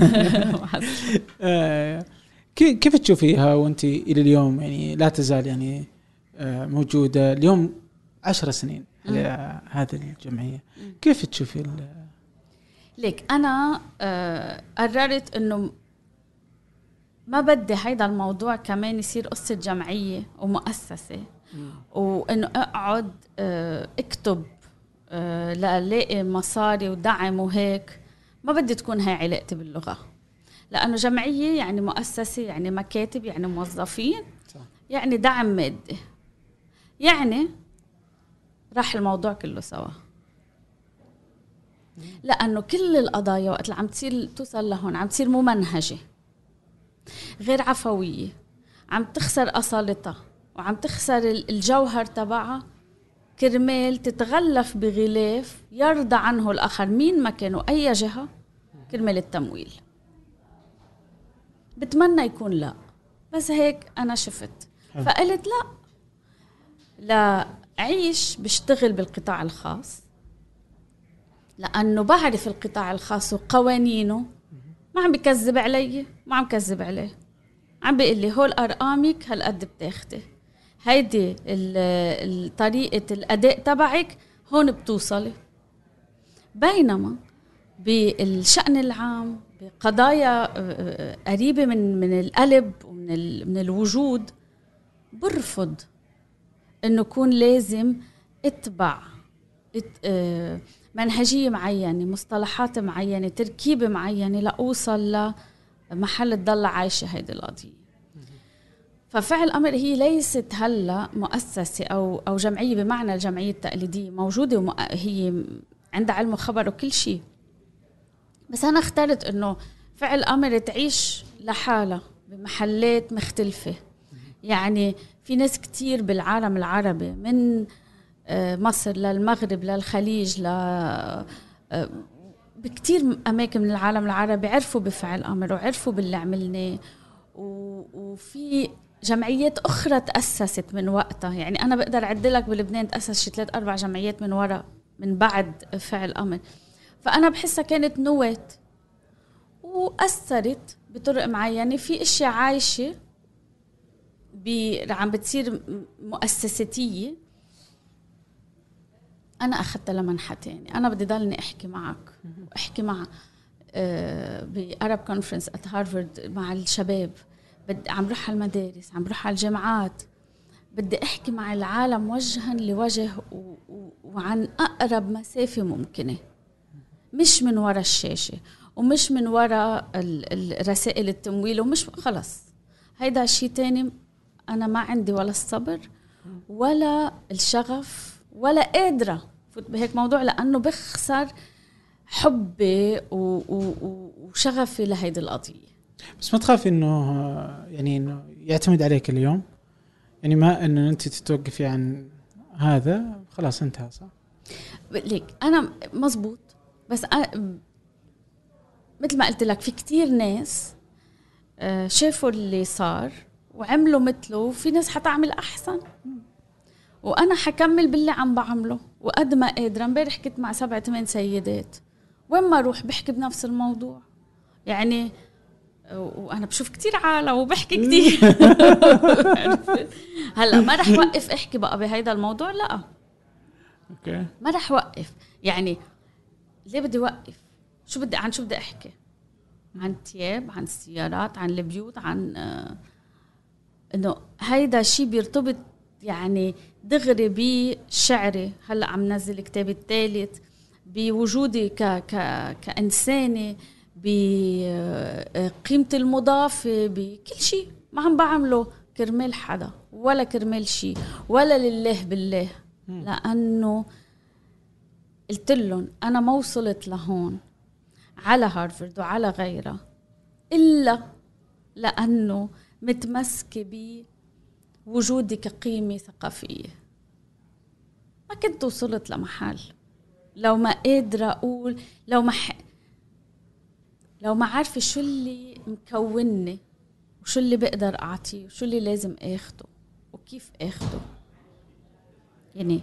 كيف تشوفيها وأنت إلى اليوم يعني لا تزال يعني موجودة اليوم عشر سنين على هذه الجمعية؟ كيف تشوفي ليك أنا آه قررت أنه ما بدي هيدا الموضوع كمان يصير قصة جمعية ومؤسسة، وأنه أقعد آه اكتب آه لألاقي مصاري ودعم وهيك. ما بدي تكون هاي علاقتي باللغة، لأنه جمعية يعني مؤسسة، يعني مكاتب، يعني موظفين، يعني دعم مادي، يعني راح الموضوع كله سوا. لأنه كل القضايا وقت اللي عم تصير توصل لهون عم تصير ممنهجة غير عفوية، عم تخسر أصالتها وعم تخسر الجوهر تبعها كرمال تتغلف بغلاف يرضى عنه الآخر مين ما كانوا أي جهة كرمال التمويل. بتمنى يكون لا، بس هيك أنا شفت فقلت لا، لا عيش بشتغل بالقطاع الخاص، لأنه بعرف القطاع الخاص وقوانينه. ما عم بكذب علي، ما عم كذب عليه، عم بيقول لي هول أرقامك هالقد بتاخدي، هيدي طريقة الأداء تبعك هون بتوصلي. بينما بالشأن العام بقضايا قريبة من من القلب ومن من الوجود برفض إنه يكون لازم اتبع منهجية معينة، مصطلحات معينة، تركيبة معينة لأوصل لمحل تضل عايشة هيدي القضية. ففعل أمر هي ليست هلا مؤسسة أو أو جمعية بمعنى الجمعية التقليدية، موجودة وهي عندها علم وخبر وكل شيء، بس أنا اخترت إنه فعل أمر تعيش لحالها بمحلات مختلفة. يعني في ناس كتير بالعالم العربي من مصر للمغرب للخليج ل بكتير أماكن من العالم العربي عرفوا بفعل أمر وعرفوا باللي عملناه، وفي جمعيات أخرى تأسست من وقتها. يعني أنا بقدر أعدلك بلبنان تأسس شي ثلاث أربع جمعيات من وراء من بعد فعل أمر. فأنا بحسها كانت نواة وأثرت بطرق معينة في إشياء عايشة عم بتصير مؤسستية. أنا أخذتها لمنحة تاني. أنا بدي ضلني أحكي معك وأحكي مع بأرب كونفرنس at هارفارد مع الشباب، بدي عم بروح على المدارس، عم بروح على الجامعات، بدي أحكي مع العالم وجها لوجه و... و... وعن أقرب مسافة ممكنة، مش من وراء الشاشة ومش من وراء الرسائل التمويل ومش خلص. هيدا شيء تاني أنا ما عندي ولا الصبر ولا الشغف ولا قادرة فوت بهيك موضوع، لأنه بخسر حبي و... و... وشغفي لهيدي القضية. بس ما تخافي إنه يعني إنه يعتمد عليك اليوم، يعني ما إنه أنت تتوقفي عن هذا خلاص انتهى صح؟ ليك أنا مزبوط، بس أنا مثل ما قلت لك في كتير ناس شافوا اللي صار وعملوا مثله، وفي ناس حتعمل أحسن، وأنا حكمل باللي عم بعمله وقد ما قادرة. امبارح كنت مع سبعة ثمان سيدات، وين ما أروح بحكي بنفس الموضوع. يعني وأنا بشوف كتير عالم وبحكي كتير هلأ ما رح وقف أحكي بقى بهيدا الموضوع، لا أوكي ما رح وقف. يعني ليه بدي وقف؟ شو بدي عن شو بدي أحكي؟ عن تياب، عن السيارات، عن البيوت، عن آه إنه هيدا شيء بيرتبط يعني دغري بشعري. هلأ عم نزل كتابي الثالث، بوجودي ك ك كإنسانة، بقيمة المضافة، بكل شيء ما عم بعمله كرمال حدا ولا كرمال شيء ولا لله بالله. لأنه قلت لهم أنا ما وصلت لهون على هارفارد وعلى غيرها إلا لأنه متمسكة بوجودي كقيمة ثقافية. ما كنت وصلت لمحل لو ما قادرة أقول، لو ما ح... لو ما عارفة شو اللي مكونني وشو اللي بقدر أعطيه وشو اللي لازم أخده وكيف أخده. يعني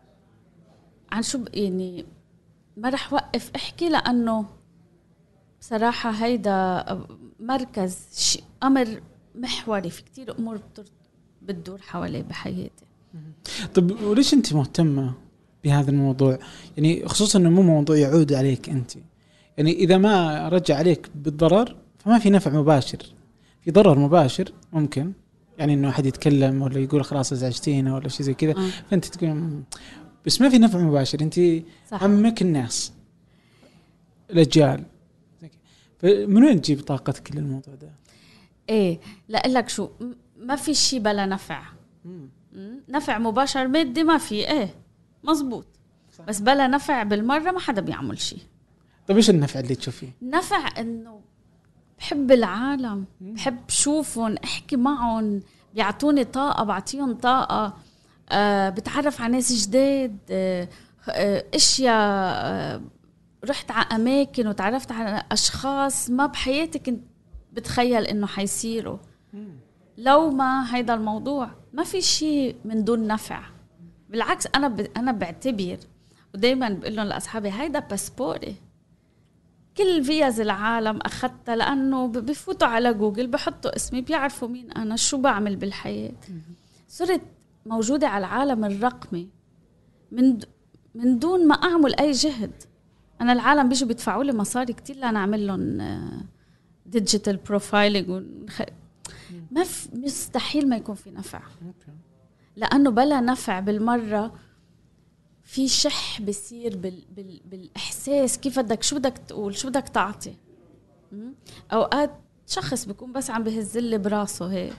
عن شو يعني ما رح وقف أحكي، لأنه بصراحة هيدا مركز أمر محوري في كتير أمور بتدور حوالي بحياتي. طب وليش أنت مهتمة بهذا الموضوع؟ يعني خصوصا أنه مو موضوع يعود عليك أنت، يعني إذا ما رجع عليك بالضرر فما في نفع مباشر، في ضرر مباشر ممكن، يعني إنه أحد يتكلم ولا يقول خلاص ازعجتينا ولا شيء زي كذا آه. فأنت تقول، بس ما في نفع مباشر. أنت عمك الناس الأجيال، من وين تجيب طاقتك للموضوع ده؟ إيه لا أقول لك شو، ما في شيء بلا نفع. مم. نفع مباشر مادي ما في، إيه مزبوط صح. بس بلا نفع بالمرة ما حدا بيعمل شيء. طيب إيش النفع اللي تشوفيه؟ نفع إنه بحب العالم، بحب شوفهم، أحكي معهم، بيعطوني طاقة، بعطيهم طاقة، أه بتعرف على ناس جداد، أه أه اشياء، أه رحت على أماكن وتعرفت على أشخاص ما بحياتي كنت بتخيل إنه حيصيروا. لو ما هيدا الموضوع ما في شيء من دون نفع. بالعكس أنا ب... أنا بعتبر ودايما بقول لهم لأصحابي هيدا باسبوري، كل فيز العالم أخذتها، لأنه بفوتوا على جوجل بحطوا اسمي بيعرفوا مين أنا، شو بعمل بالحياة. صرت موجودة على العالم الرقمي من د... من دون ما أعمل أي جهد. أنا العالم بيجوا بيدفعوا لي مصاري كتير لأنا أعمل لهم ديجيتال بروفايلينج ونخ... ما في مستحيل ما يكون في نفع، لأنه بلا نفع بالمرة في شح بيصير بال... بال... بالإحساس. كيف بدك شو بدك تقول، شو بدك تعطي. أوقات شخص بيكون بس عم بهزلي براسه هيك.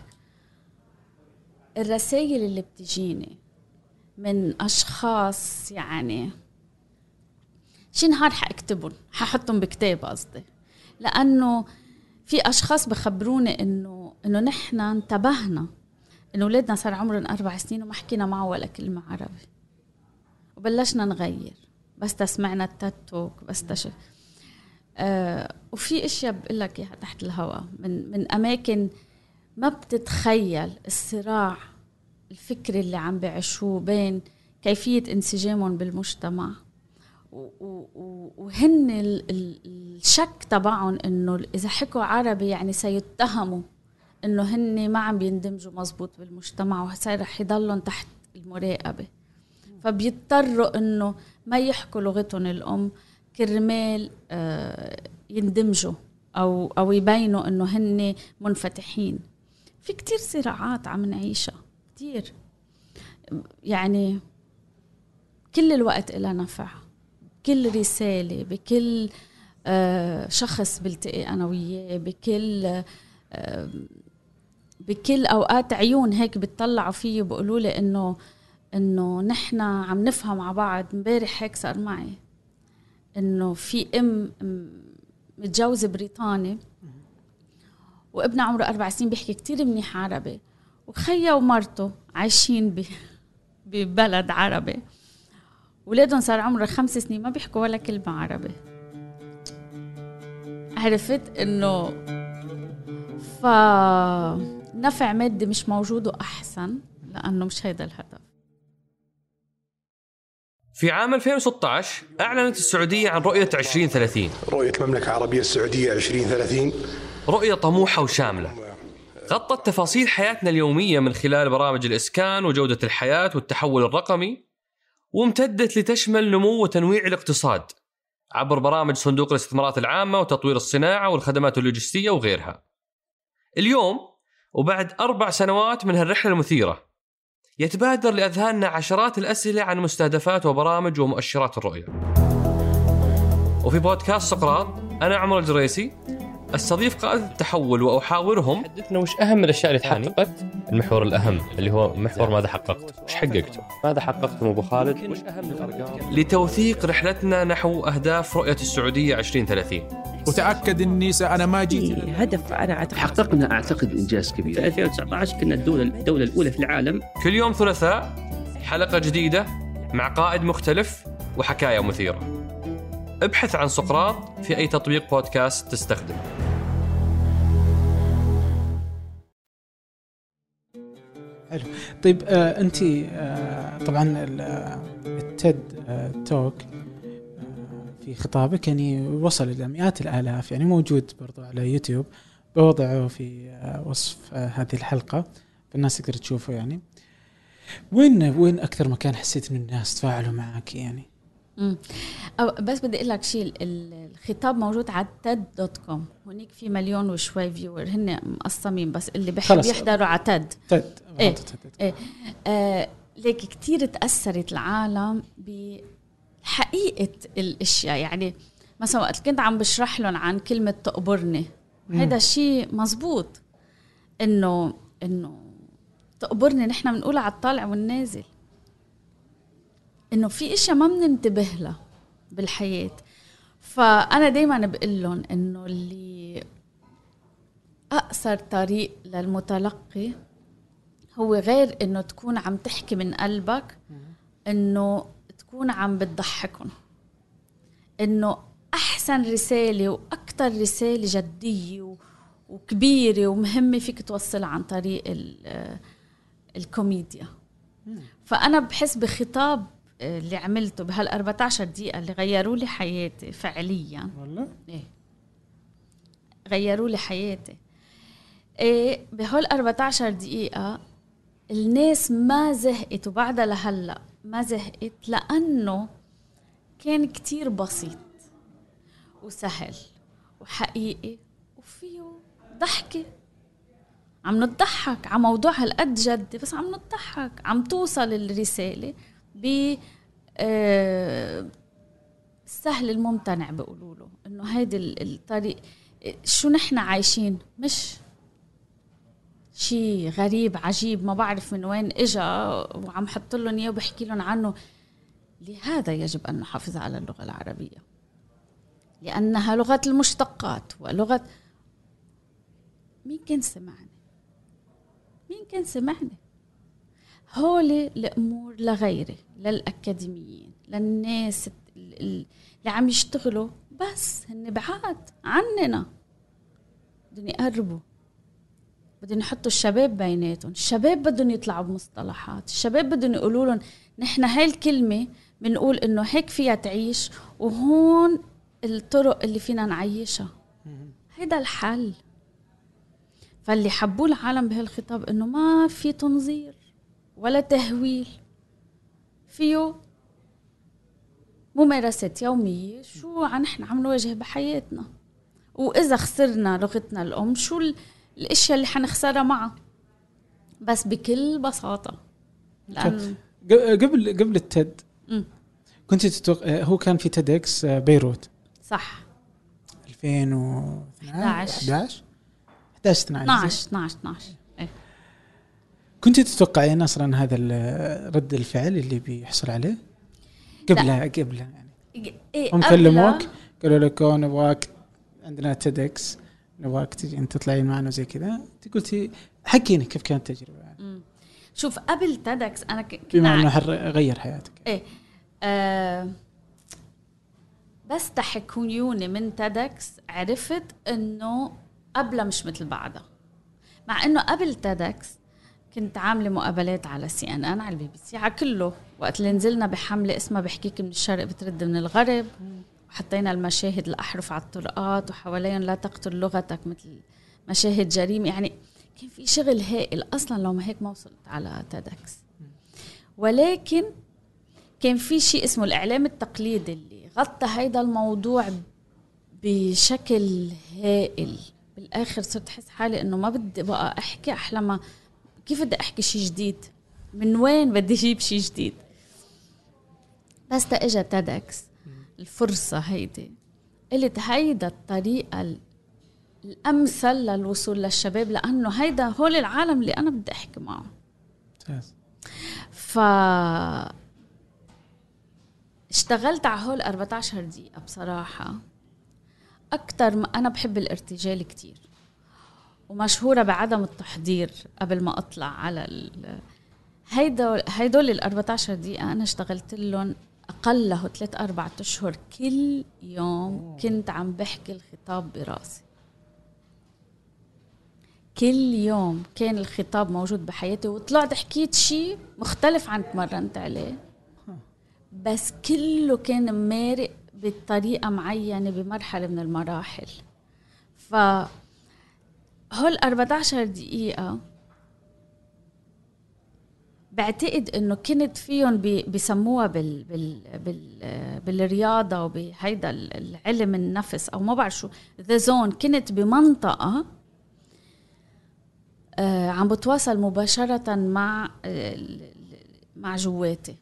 الرسائل اللي بتجيني من أشخاص يعني شي نهار حأكتبهم، ححطهم بكتاب قصدي، لأنه في أشخاص بخبروني إنه إنه نحن انتبهنا إنه ولادنا صار عمرهم أربع سنين وما حكينا معه ولا كلمة عربي، وبلشنا نغير بس تسمعنا التاتوك بس تش. آه وفي اشياء بقول لك اياها تحت الهواء من من اماكن ما بتتخيل الصراع الفكري اللي عم بيعيشوه بين كيفيه انسجامهم بالمجتمع وهن الشك تبعهم انه اذا حكوا عربي يعني سيتهموا انه هن ما عم بيندمجوا مزبوط بالمجتمع وهسا رح يضلون تحت المراقبه، فبيضطروا انه ما يحكوا لغتهم الام كرمال يندمجوا او او يبينوا انه هن منفتحين. في كتير صراعات عم نعيشها كتير، يعني كل الوقت إلها نفع، كل رسالة بكل شخص بلتقي أنا وياه، بكل بكل أوقات عيون هيك بتطلعوا فيه وبقولوا لي إنه إنه نحن عم نفهم مع بعض. مبارح هيك صار معي إنه في أم متجوزة بريطاني وابن عمره أربع سنين بيحكي كتير منيح عربي، وخيا ومرته عايشين ببلد عربي، ولادهم صار عمره خمس سنين ما بيحكوا ولا كلمة عربي. عرفت إنه فنفع مادي مش موجود وأحسن، لأنه مش هيدا الهدف. في عام ألفين وستة عشر أعلنت السعودية عن رؤية عشرين ثلاثين، رؤية المملكة العربية السعودية عشرين ثلاثين، رؤية طموحة وشاملة غطت تفاصيل حياتنا اليومية من خلال برامج الإسكان وجودة الحياة والتحول الرقمي، وامتدت لتشمل نمو وتنويع الاقتصاد عبر برامج صندوق الاستثمارات العامة وتطوير الصناعة والخدمات اللوجستية وغيرها. اليوم وبعد أربع سنوات من هالرحلة المثيرة يتبادر لأذهاننا عشرات الأسئلة عن مستهدفات وبرامج ومؤشرات الرؤية. وفي بودكاست سقراط أنا عمر الجريسي استضيف قادة التحول وأحاورهم حدثنا وش أهم الأشياء اللي تحققت. المحور الأهم اللي هو محور ماذا حققت، وش حققته، ماذا حققتم أبو خالد، وش أهم الأرقام، لتوثيق رحلتنا نحو أهداف رؤية السعودية عشرين ثلاثين. وتأكد إني أنا ما جيت هدف أنا حققنا أعتقد إنجاز كبير. في ألفين وتسعة عشر كنا الدولة الدولة الأولى في العالم. كل يوم ثلاثاء حلقة جديدة مع قائد مختلف وحكاية مثيرة. ابحث عن سقراط في أي تطبيق بودكاست تستخدم. حلو. طيب آه أنت آه طبعا التيد آه توك آه في خطابك يعني وصل إلى مئات الآلاف، يعني موجود برضو على يوتيوب، بوضعه في آه وصف آه هذه الحلقة فالناس تقدر تشوفه. يعني وين وين أكثر مكان حسيت إن الناس تفاعلوا معك يعني؟ امم بس بدي اقول لك شيء، الخطاب موجود على تيد دوت كوم، هناك في مليون وشوي فيور، هن مقسمين بس اللي بيحب يحضروا على تيد تيد ايه, إيه. آه ليك كتير تأثرت العالم بحقيقة الاشياء. يعني مثلا وقت كنت عم بشرح لهم عن كلمة تقبرني، هذا الشيء مزبوط، انه انه تقبرني نحن بنقولها على الطالع والنازل، إنه في إشياء ما بننتبه لها بالحياة. فأنا دايماً بقول لهم إنه اللي أقصر طريق للمتلقي هو غير إنه تكون عم تحكي من قلبك، إنه تكون عم بتضحكهم، إنه أحسن رسالة وأكتر رسالة جدية وكبيرة ومهمة فيك توصل عن طريق الكوميديا. فأنا بحس بخطاب اللي عملته بهال أربعة عشر دقيقة اللي غيروا لي حياتي فعليا، والله إيه غيروا لي حياتي. إيه بهال أربعة عشر دقيقة الناس ما زهقت، وبعدها لهلا ما زهقت، لأنه كان كتير بسيط وسهل وحقيقي وفيه ضحكة، عم نضحك على موضوع هالقد جدي بس عم نضحك، عم توصل الرسالة ب آه السهل الممتنع بيقولوا له، انه هيدي الطريق شو نحن عايشين، مش شيء غريب عجيب ما بعرف من وين اجا وعم حط لهم اياه وبحكي لهم عنه. لهذا يجب ان نحافظ على اللغة العربية، لانها لغة المشتقات ولغة. مين كان سمعني؟ مين كان سمعني؟ هولي الأمور لغيري، للأكاديميين، للناس اللي عم يشتغلوا بس هن بعاد عننا، بدهم يقربوا، بدهم يحطوا الشباب بيناتهم. الشباب بدهم يطلعوا بمصطلحات، الشباب بدهم يقولوا لهم نحن هاي الكلمة بنقول إنه هيك فيها تعيش، وهون الطرق اللي فينا نعيشها. هيدا الحل. فاللي حبوه العالم بهالخطاب إنه ما في تنظير ولا تهويل، فيه ممارسات يومية شو عن نحن عم نواجه بحياتنا، وإذا خسرنا لغتنا الأم شو الأشياء اللي حنخسرها معها، بس بكل بساطة. لأن قبل قبل التد كنت تتوقع هو كان في تيدكس بيروت صح ألفين واثناشر احدعش احدعش اثناشر اثناشر اثناشر ايه. كنت تتوقعين اصلا هذا رد الفعل اللي بيحصل عليه قبلها قبلها يعني إيه هم كلموك قالوا لك نبغاك عندنا تيدكس نبغاك تجي انت تطلعين معنا زي كذا، انت قلتي حكينا كيف كانت التجربه يعني. شوف قبل تيدكس انا ك... بما انه غير حياتك ايه آه بس تحكيوني من تيدكس عرفت انه قبلها مش مثل بعدها، مع انه قبل تيدكس كنت عامله مقابلات على سي ان ان على البي بي سي على كله، وقت اللي نزلنا بحمله اسمها بحكيك من الشرق بترد من الغرب، وحطينا المشاهد الأحرف على الطرقات وحواليهم لا تقتل لغتك مثل مشاهد جريمة. يعني كان في شغل هائل أصلا لو ما هيك ما وصلت على تيدكس. ولكن كان في شيء اسمه الإعلام التقليدي اللي غطى هيدا الموضوع بشكل هائل. بالآخر صرت أحس حالي إنه ما بدي بقى أحكي أحلى ما كيف بدي أحكي شيء جديد، من وين بدي أجيب شيء جديد. بس تأجى تيدكس الفرصة هيدي قلت هيدا الطريقة الأمثل للوصول للشباب، لأنه هيدا هول العالم اللي أنا بدي أحكي معه. ف اشتغلت على هول أربعة عشر دقيقة بصراحة. أكتر ما أنا بحب الارتجال كتير، ومشهورة بعدم التحضير قبل ما أطلع على ال... هيدا هيدول الأربعة عشر دقيقة أنا اشتغلت لهم أقله ثلاث أربعة أشهر كل يوم. كنت عم بحكي الخطاب براسي كل يوم، كان الخطاب موجود بحياتي، وطلعت حكيت شيء مختلف عن تمرنت عليه، بس كله كان مارق بطريقة معينة بمرحلة من المراحل. ف هول أربعة عشر دقيقة بعتقد انه كنت فيهم بيسموها بال بال بال بالرياضه وبهيدا العلم النفس او ما بعرف شو ذا زون. كنت بمنطقه آه عم بتواصل مباشره مع مع جواتي.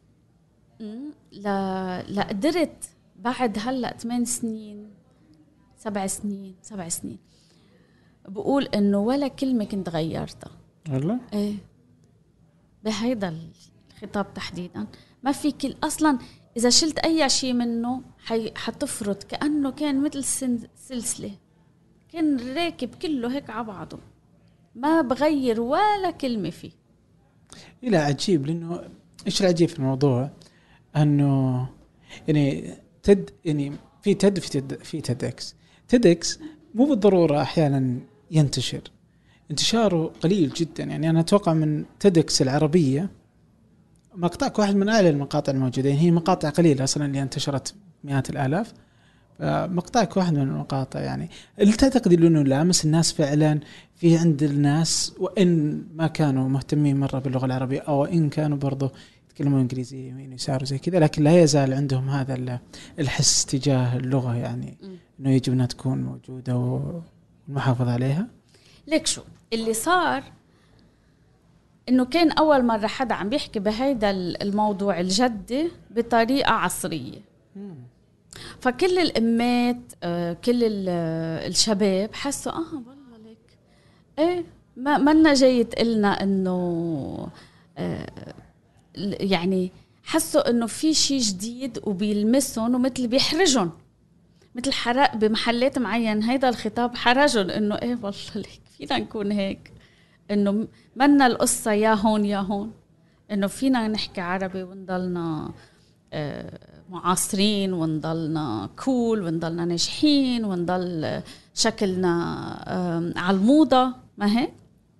لا لا قدرت بعد هلا ثمان سنين سبع سنين سبع سنين بقول انه ولا كلمه كنت غيرتها والله. ايه بهيدا الخطاب تحديدا ما في كل اصلا اذا شلت اي شيء منه حي حتفرط كانه كان مثل سلسله، كان راكب كله هيك على بعضه، ما بغير ولا كلمه فيه. لا عجيب، لانه ايش العجيب في الموضوع انه يعني تد يعني في تد في تد في تيدكس تيدكس مو بالضروره احيانا ينتشر، انتشاره قليل جدا. يعني أنا أتوقع من تيدكس العربية مقطعك واحد من أعلى المقاطع الموجودة، هي مقاطع قليلة أصلا اللي انتشرت مئات الآلاف، مقطعك واحد من المقاطع. يعني اللي تعتقد أنه لامس الناس فعلا في عند الناس، وإن ما كانوا مهتمين مرة باللغة العربية أو إن كانوا برضو يتكلمون إنجليزي يمين يسار زي كذا، لكن لا يزال عندهم هذا الحس تجاه اللغة، يعني أنه يجب أنها تكون موجودة والمحافظة عليها. ليك شو اللي صار، انه كان اول مرة حدا عم بيحكي بهيدا الموضوع الجدي بطريقة عصرية. فكل الامات كل الشباب حسوا اه والله ليك ايه ما منا جاي تقلنا انه آه يعني حسوا انه في شيء جديد وبيلمسهم ومثل بيحرجهم، مثل حرق بمحلات معين. هيدا الخطاب حرجهم انه ايه والله ليك فينا نكون هيك، انه منا القصة يا هون يا هون، انه فينا نحكي عربي ونضلنا معاصرين ونضلنا كول ونضلنا ناجحين ونضل شكلنا على الموضة، ما هيك؟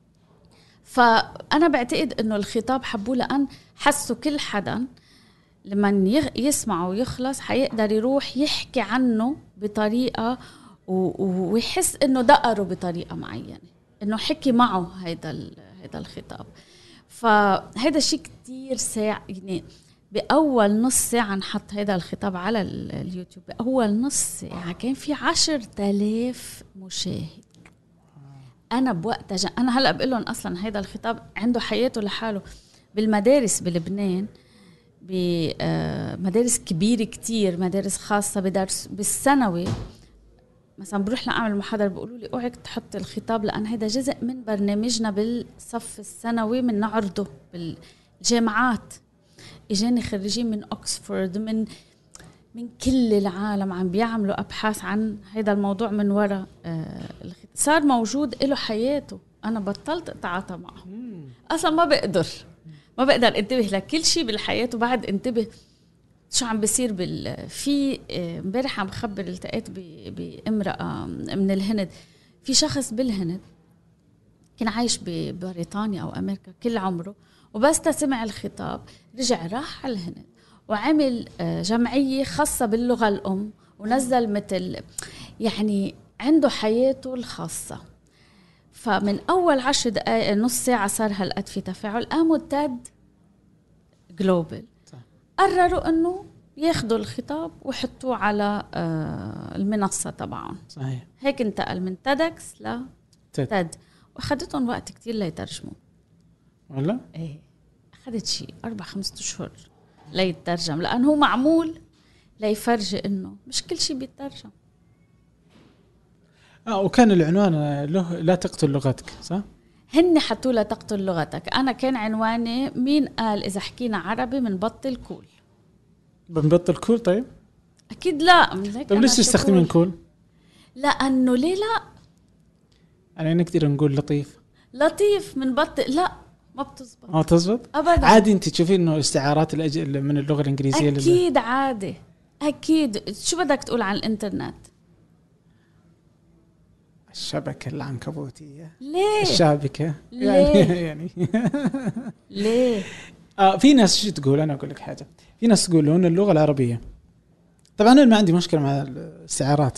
فأنا بعتقد إنه الخطاب حبوه لأن حسوا كل حدا لما يسمعه ويخلص حيقدر يروح يحكي عنه بطريقة ويحس إنه دقره بطريقة معينة، إنه حكي معه هيدا هيدا الخطاب. فهذا شيء كتير ساعة، يعني بأول نص ساعة نحط هذا الخطاب على اليوتيوب، بأول نص ساعة كان في عشر تلاف مشاهد. أنا بوقتها جا... أنا هلأ بقول لهم أصلا هذا الخطاب عنده حياته لحاله. بالمدارس بلبنان، بمدارس كبيرة كتير، مدارس خاصة بدرس بالثانوي مثلا بروح لأعمل محاضرة بيقولوا لي اوعك تحط الخطاب لأن هذا جزء من برنامجنا بالصف الثانوي من نعرضه بالجامعات. إجاني خريجين من أكسفورد من من كل العالم عم بيعملوا أبحاث عن هذا الموضوع من وراء آه صار موجود له حياته. أنا بطلت أتعاطى معه أصلا، ما بقدر ما بقدر انتبه لكل شيء بالحياة وبعد انتبه شو عم بيصير بال في امبارح عم بخبر التقيت بامرأة من الهند. في شخص بالهند كان عايش ببريطانيا أو أمريكا كل عمره، وبس تسمع الخطاب رجع راح على الهند وعمل جمعية خاصة باللغة الأم ونزل مثل يعني عنده حياته الخاصة. فمن أول عشر دقائق نص ساعة صار هالقد في تفاعل. قاموا تاد جلوبال قرروا أنه ياخدوا الخطاب ويحطوه على المنصة تبعهم. صحيح. هيك انتقل من تيدكس لتاد، وأخذتهم وقت كتير ليترجموا. ولا؟ ايه أخذت شيء أربع خمسة أشهر ليترجم، لأنه هو معمول ليفرجي إنه مش كل شيء بيترجم. آه وكان العنوان له لا تقتل لغتك، صح؟ هن حطوا لا تقتل لغتك. أنا كان عنواني مين قال إذا حكينا عربي منبطل كول. بنبطل كول؟ طيب أكيد لا. طيب ليش تستخدمين كول؟ لأنه ليه لا؟ يعني نقدر نقول لطيف لطيف منبطل، لا ما بتزبط. ما تزبط أبدا. عادي أنت تشوفين إنه استعارات الأج... من اللغة الإنجليزية. أكيد لل... عادي أكيد. شو بدك تقول عن الإنترنت؟ الشبكة العنكبوتية. ليه؟ الشابكة. ليه؟ يعني يعني ليه؟ آه في ناس شو تقول، أنا أقول لك حاجة، في ناس يقولون اللغة العربية، طبعا أنا ما عندي مشكلة مع الاستعارات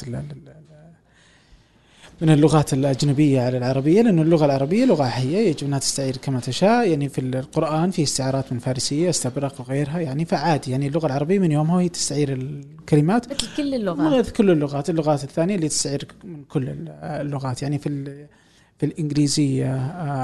من اللغات الأجنبية على العربية، لأن اللغة العربية لغة حية يجب أنها تستعير كما تشاء. يعني في القرآن في استعارات من فارسية استبرق وغيرها، يعني فعادي. يعني اللغة العربية من يومها هي تستعير الكلمات مثل كل اللغات، كل اللغات. اللغات الثانية اللي تستعير من كل اللغات. يعني في في الإنجليزية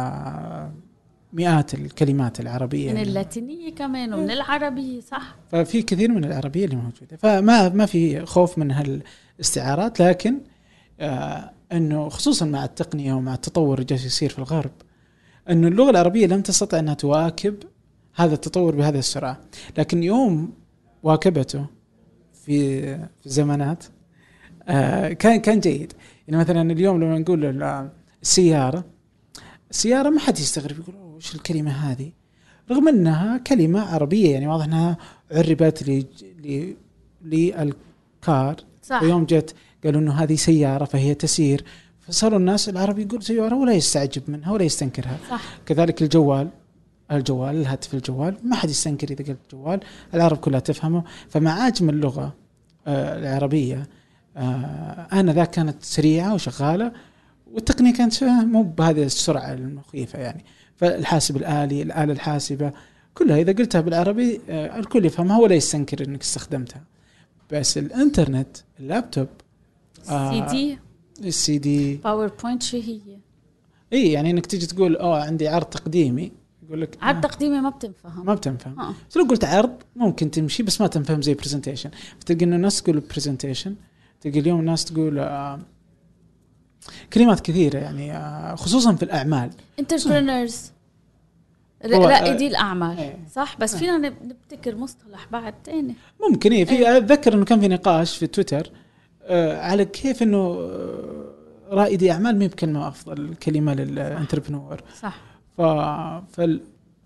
مئات الكلمات العربية من اللاتينية كمان ومن العربية، صح؟ ففي كثير من العربية اللي موجودة، فما ما في خوف من هالاستعارات. لكن آه أنه خصوصا مع التقنية ومع التطور اللي جالس يصير في الغرب، أنه اللغة العربية لم تستطع أنها تواكب هذا التطور بهذه السرعة. لكن يوم واكبته في في زمانات آه كان كان جيد. يعني مثلا اليوم لما نقول السيارة السيارة ما حد يستغرب يقول وش الكلمة هذه، رغم أنها كلمة عربية. يعني واضح أنها عربت لي لي للكار، ويوم جت قالوا إنه هذه سيارة فهي تسير، فصاروا الناس العرب يقول سيارة ولا يستعجب منها ولا يستنكرها. صح. كذلك الجوال الجوال الهاتف الجوال ما حد يستنكر إذا قلت الجوال، العرب كلها تفهمه. فمع عجم اللغة آه العربية آه أنا ذا كانت سريعة وشغالة، والتقنية كانت مو بهذه السرعة المخيفة. يعني فالحاسب الآلي، الآلة الحاسبة كلها إذا قلتها بالعربي آه الكل يفهمها ولا يستنكر إنك استخدمتها. بس الإنترنت، اللابتوب، السي دي السي دي باوربوينت شو هي؟ اي يعني انك تيجي تقول اه عندي عرض تقديمي، يقول لك عرض تقديمي ما بتنفهم ما بتنفهم. بس لو قلت عرض ممكن تمشي، بس ما تنفهم زي برزنتيشن. فتلقى انه الناس تقول برزنتيشن، تلقى اليوم الناس تقول آه كلمات كثيره يعني آه خصوصا في الاعمال انتربرينورز، رائدي الأعمال. ايه. صح. بس فينا نبتكر مصطلح بعد تاني ممكن. ايه في ايه. أتذكر إنه كان في نقاش في تويتر آه على كيف إنه آه رائدي أعمال ما بكلمة أفضل كلمة للانتربرنور. صح. ف فال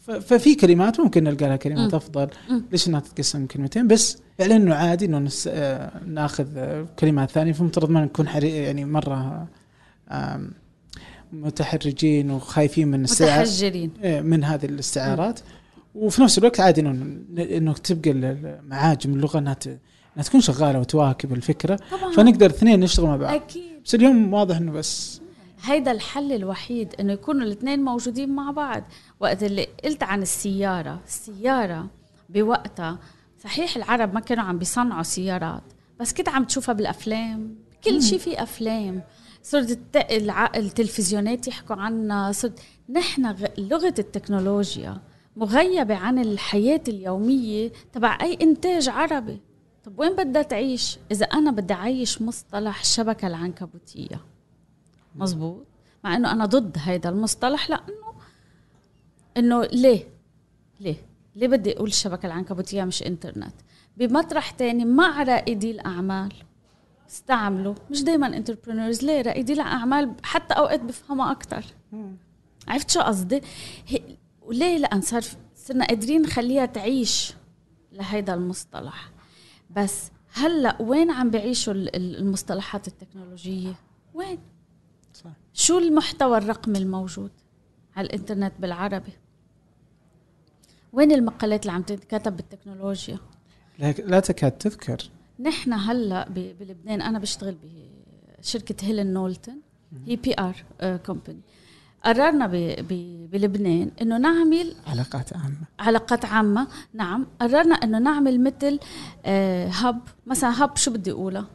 ففي كلمات ممكن نلقى لها كلمات م. افضل. م. ليش انها تتقسم كلمتين بس؟ فعلا انه عادي انه نس... آه ناخذ آه كلمات ثانيه، فمفترض ما نكون حري... يعني مره آه متحرجين وخايفين من استعار متحجرين من هذه الاستعارات. وفي نفس الوقت عادي انه انه تبقى المعاجم اللغه انها انها تكون شغاله وتواكب الفكره طبعاً. فنقدر اثنين نشتغل مع بعض أكيد. بس اليوم واضح انه بس هيدا الحل الوحيد انه يكونوا الاثنين موجودين مع بعض. وقت اللي قلت عن السياره السياره بوقتها صحيح العرب ما كانوا عم بيصنعوا سيارات، بس كنت عم تشوفها بالافلام، كل شيء في افلام، صرت الت... الع... التلفزيونات يحكوا عنا، صرت نحن غ... لغه التكنولوجيا مغيبه عن الحياه اليوميه تبع اي انتاج عربي. طب وين بدها تعيش اذا انا بدي اعيش مصطلح الشبكه العنكبوتيه؟ مزبوط، مع انه انا ضد هيدا المصطلح، لانه انه ليه ليه ليه بدي اقول الشبكه العنكبوتيه مش انترنت؟ بمطرح تاني مع رائدي الاعمال استعملوا، مش دايما انتربرينورز، ليه رائدي الاعمال حتى اوقات بفهمها اكتر. عرفت شو قصدي؟ وليه؟ لان صار صرنا قادرين نخليها تعيش لهيدا المصطلح. بس هلا وين عم بيعيشوا المصطلحات التكنولوجيه؟ وين؟ صح. شو المحتوى الرقمي الموجود على الانترنت بالعربي؟ وين المقالات اللي عم تتكتب بالتكنولوجيا؟ لا تكاد تذكر. نحن هلا بلبنان انا بشتغل بشركه هيلن نولتن، هي بي ار كومباني. قررنا بلبنان انه نعمل علاقات عامه علاقات عامه نعم. قررنا انه نعمل مثل هب، مثلا هب شو بدي اقولها؟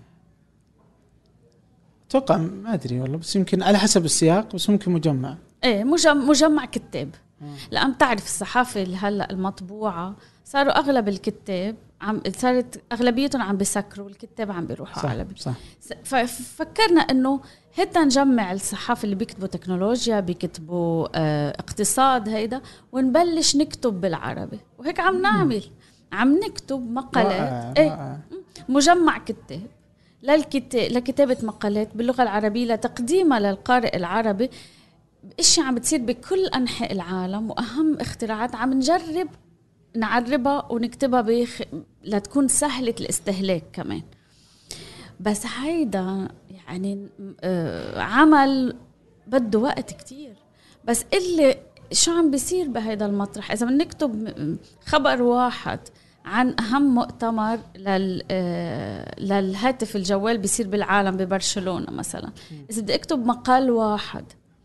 اتوقع ما ادري والله، بس يمكن على حسب السياق، بس ممكن مجمع. ايه مجمع, مجمع كتاب. لأن تعرف الصحافة هلا المطبوعة صاروا أغلب الكتاب عم صارت أغلبيتهم عم بيسكروا، والكتاب عم بيروحوا على صح. ففكرنا إنه هتا نجمع الصحافة اللي بيكتبوا تكنولوجيا، بيكتبوا اه اقتصاد هيدا، ونبلش نكتب بالعربي. وهيك عم نعمل، عم نكتب مقالات. ايه مجمع كتاب للكتاب لكتابة مقالات باللغة العربية لتقديمها للقارئ العربي. إشي عم بتصير بكل أنحاء العالم، وأهم اختراعات عم نجرب نعربها ونكتبها بيخ... لتكون سهلة الاستهلاك كمان. بس هيدا يعني آه عمل بده وقت كتير. بس اللي شو عم بيصير بهيدا المطرح، إذا بنكتب خبر واحد عن أهم مؤتمر لل آه للهاتف الجوال بيصير بالعالم ببرشلونة مثلا، إذا بدي أكتب مقال واحد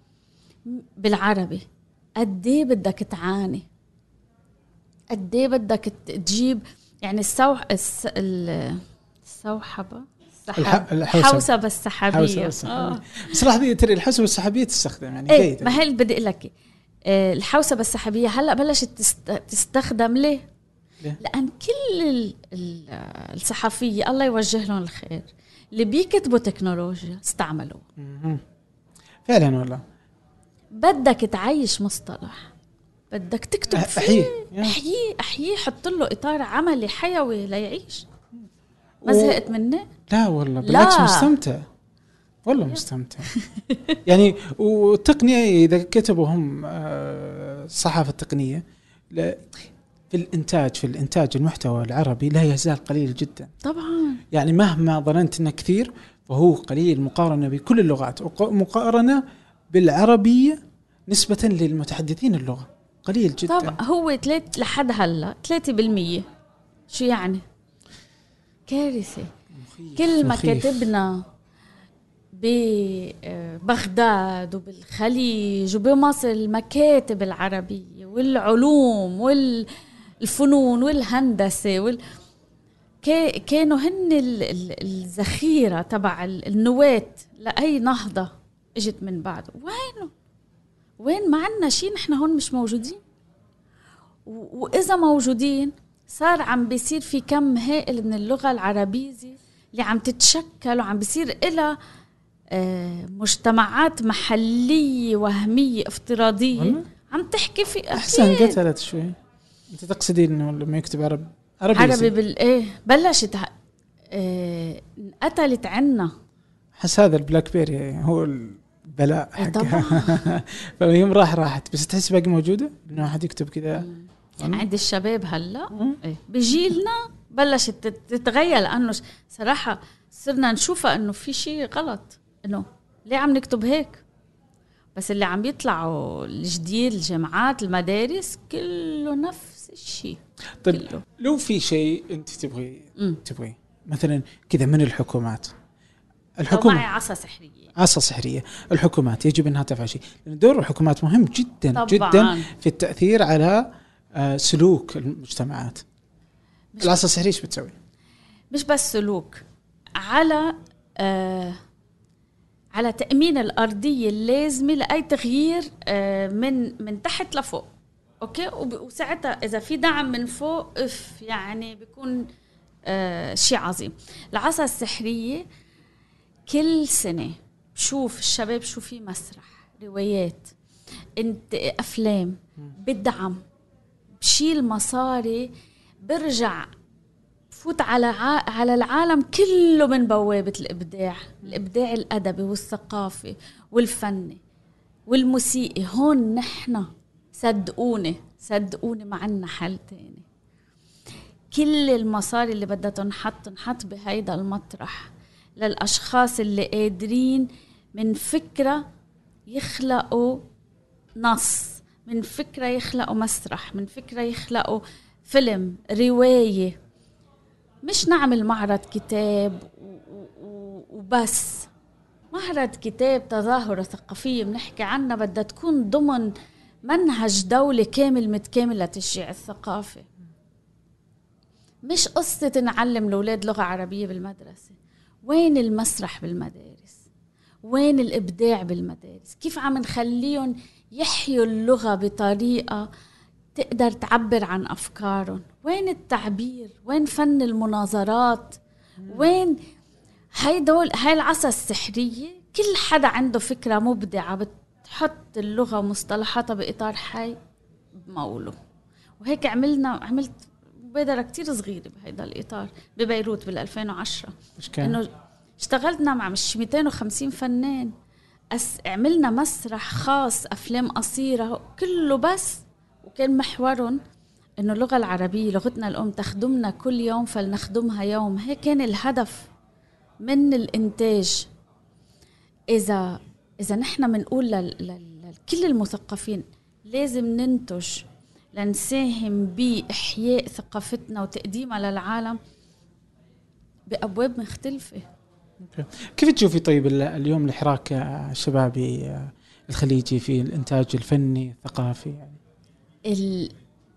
بالعربي قديه بدك تعاني، قديه بدك تجيب يعني السوح الس... السوحبة السحاب الحوسبة السحابية. آه. بس راح ترى الحوسبة السحابية تستخدم يعني ايه جيد. ما هي بدي اقول لك الحوسبة السحابية هلا بلشت تست... تستخدم ليه؟ ليه؟ لأن كل ال... الصحفية الله يوجه لهم الخير اللي بيكتبوا تكنولوجيا استعملوا. فعلا والله بدك تعيش مصطلح، بدك تكتب فيه، أحييه أحييه أحييه حط له إطار عملي حيوي ليعيش. ما زهقت منه؟ لا والله بالعكس، مستمتع والله مستمتع. يعني والتقنية إذا كتبوا هم صحافة التقنية في الإنتاج في الإنتاج المحتوى العربي لا يزال قليل جدا طبعا. يعني مهما ظننت إنه كثير فهو قليل مقارنة بكل اللغات، مقارنة بالعربية نسبة للمتحدثين اللغة قليل جدا. طب هو ثلاث لحد هلا ثلاثة بالمية، شو يعني؟ كارثة. كل ما كتبنا ببغداد وبالخليج وبمصر المكاتب العربية والعلوم والفنون والهندسة وال... كانوا هن الذخيرة تبع النواة لأي نهضة اجت من بعده. وينه؟ وين ما عنا شيء؟ نحن هون مش موجودين، وإذا موجودين صار عم بيصير في كم هائل من اللغة العربية اللي عم تتشكل وعم بيصير إلى مجتمعات محلية وهمية افتراضية عم تحكي في. أحسن قتلت شوي. أنت تقصدين إنه لما يكتب عرب عربي, عربي بالإيه بلشت اه قتلت عنا. حس هذا البلاك بيري هو ال... بلاء حقها. فيوم راح راحت، بس تحس باقي موجودة إنه أحد يكتب كذا عند الشباب هلا إيه. بجيلنا بلشت تتغير، لأنه صراحة صرنا نشوفها إنه في شيء غلط، إنه ليه عم نكتب هيك. بس اللي عم يطلعوا الجديد، الجامعات، المدارس، كله نفس الشيء. طيب كله. لو في شيء أنت تبغي تبغي مثلا كذا من الحكومات، الحكومة معي عصا سحرية، عصا سحرية، الحكومات يجب أنها تفعل شيء، لأن دور الحكومات مهم جدا طبعاً. جدا في التأثير على سلوك المجتمعات. العصا السحرية ايش بتسوي؟ مش بس سلوك، على آه على تأمين الأرضية اللازمة لأي تغيير آه من من تحت لفوق. أوكي، وساعتها إذا في دعم من فوق اف يعني بيكون آه شيء عظيم. العصا السحرية كل سنة بشوف الشباب شو في مسرح، روايات، انت أفلام، بدعم، بشيل مصاري، برجع فوت على ع... على العالم كله من بوابة الإبداع، الإبداع الأدبي والثقافي والفني والموسيقي. هون نحن صدقوني صدقوني ما عنا حل تاني. كل المصاري اللي بدها تنحط نحط بهيدا المطرح للأشخاص اللي قادرين من فكرة يخلقوا نص، من فكرة يخلقوا مسرح، من فكرة يخلقوا فيلم، رواية. مش نعمل معرض كتاب وبس، معرض كتاب تظاهرة ثقافية بنحكي عنها بدها تكون ضمن منهج دولي كامل متكامل لتشجيع الثقافة. مش قصة نعلم الأولاد لغة عربية بالمدرسة. وين المسرح بالمدارس؟ وين الإبداع بالمدارس؟ كيف عم نخليهم يحيوا اللغة بطريقة تقدر تعبر عن أفكارهم؟ وين التعبير؟ وين فن المناظرات؟ وين هاي دول هاي العصا السحرية؟ كل حدا عنده فكرة مبدعة بتحط اللغة ومصطلحاتها بإطار حي بموله. وهيك عملنا عملت مبادرة كتير صغيرة بهيدا الإطار ببيروت بالألفين وعشرة، إنه اشتغلنا مع مش مئتين وخمسين فنان، أس عملنا مسرح خاص، أفلام قصيرة كله، بس وكان محورهم إنه اللغة العربية لغتنا الأم تخدمنا كل يوم فلنخدمها يوم. هيك كان الهدف من الإنتاج. إذا إذا نحن منقول لكل المثقفين لازم ننتج لنساهم بإحياء ثقافتنا وتقديمها للعالم بأبواب مختلفة. كيف تشوفي طيب اليوم الحراك الشبابي الخليجي في الإنتاج الفني الثقافي؟ يعني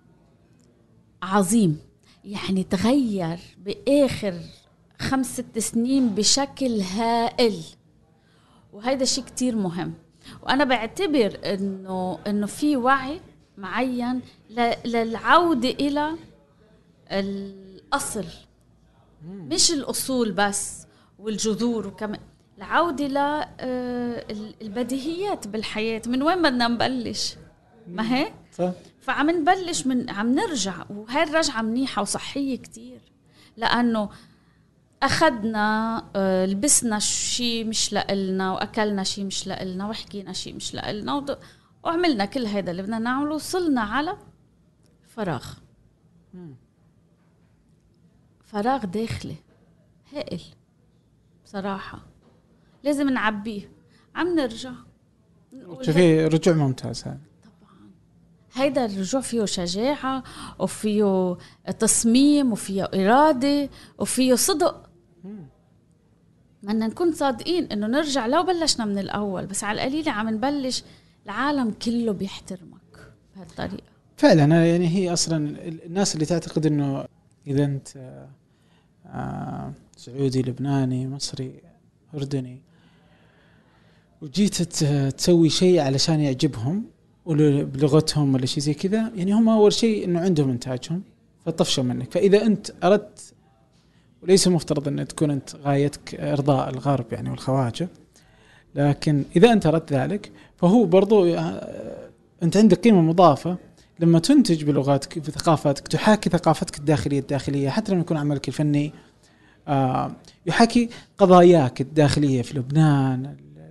عظيم، يعني تغير بآخر خمس ست سنين بشكل هائل، وهذا شيء كتير مهم. وأنا بعتبر إنه إنه في وعي معين للعودة إلى الأصل، مش الأصول بس والجذور، وكمان العودة للبديهيات بالحياة. من وين بدنا نبلش؟ ما هيك؟ فعم نبلش من عم نرجع، وهاي الرجعة منيحة وصحية كتير، لأنه أخدنا لبسنا شيء مش لقلنا، وأكلنا شيء مش لقلنا، وحكينا شيء مش لقلنا، وعملنا كل هيدا اللي بدنا نعمله، وصلنا على فراغ فراغ داخلي هائل بصراحة، لازم نعبيه. عم نرجع شوفي رجوع ممتاز هذا. طبعا هيدا الرجوع فيه شجاعة، وفيه تصميم، وفيه إرادة، وفيه صدق. بدنا نكون صادقين إنه نرجع. لو بلشنا من الأول بس على القليلة عم نبلش، العالم كله بيحترمك بهالطريقة فعلا. يعني هي أصلا الناس اللي تعتقد إنه إذا أنت آه سعودي، لبناني، مصري، أردني، وجيت تسوي شيء علشان يعجبهم بلغتهم ولا شيء زي كذا، يعني هم أول شيء إنه عندهم إنتاجهم فطفشوا منك. فإذا أنت أردت، وليس مفترض أن تكون أنت غايتك إرضاء الغرب يعني والخواجة، لكن إذا أنت أردت ذلك فهو برضو أنت عندك قيمة مضافة لما تنتج بلغاتك بثقافتك، تحاكي ثقافتك الداخلية الداخلية حتى لما يكون عملك الفني آه يحاكي قضاياك الداخلية في لبنان،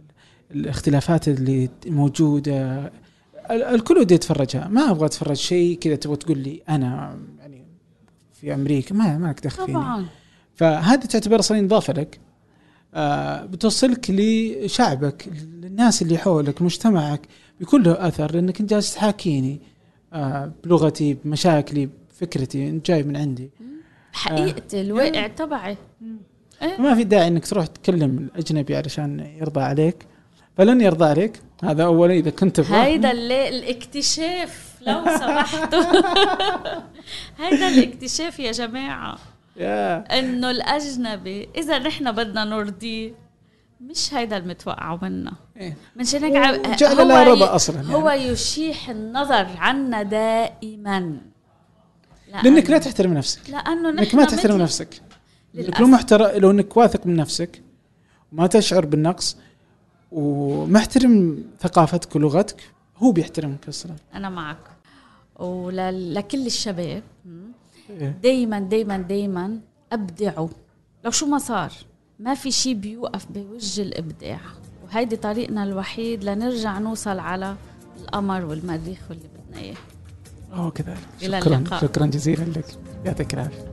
الاختلافات اللي موجودة ال- الكل ودي يتفرجها. ما أبغى أتفرج شيء كذا تبغى تقول لي أنا يعني في أمريكا ما ما أقدر فيني. طبعا فهذه تعتبر أصلا إضافة لك، آه بتوصلك لشعبك، للناس اللي حولك، مجتمعك بيكون له أثر، لأنك أنت جالس تحاكيني آه بلغتي، بمشاكلي، بفكرتي، أنت جاي من عندي حقيقتي. آه الواقع تبعي إيه؟ ما في داعي انك تروح تكلم الاجنبي علشان يرضى عليك، فلن يرضى عليك. هذا اولا اذا كنت هيدا اللي الاكتشاف لو سمحتوا هيدا الاكتشاف يا جماعه، انه الاجنبي اذا نحن بدنا نرضيه مش هيدا المتوقع منا. إيه؟ من شانك جعل لا رضا اصلا يعني. هو يشيح النظر عنا دائما لانك لا تحترم نفسك، لانه انك ما تحترم نفسك. لو محترم، لو انك واثق من نفسك وما تشعر بالنقص ومحترم ثقافتك ولغتك، هو بيحترمك اصلا. انا معك. ولكل الشباب دايما دايما دايما ابدعوا، لو شو ما صار ما في شيء بيوقف بوجه الابداع، وهيدي طريقنا الوحيد لنرجع نوصل على القمر والمريخ واللي بدنا اياه. اه كذلك. شكرا شكرا جزيلا لك، يعطيك العافيه.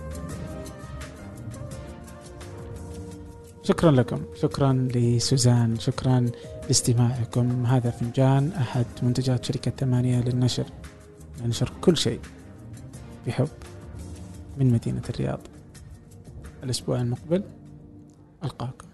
شكرا لكم، شكرا لسوزان، شكرا لاستماعكم. هذا فنجان، أحد منتجات شركة ثمانية للنشر، ننشر كل شيء بحب من مدينة الرياض. الأسبوع المقبل ألقاكم.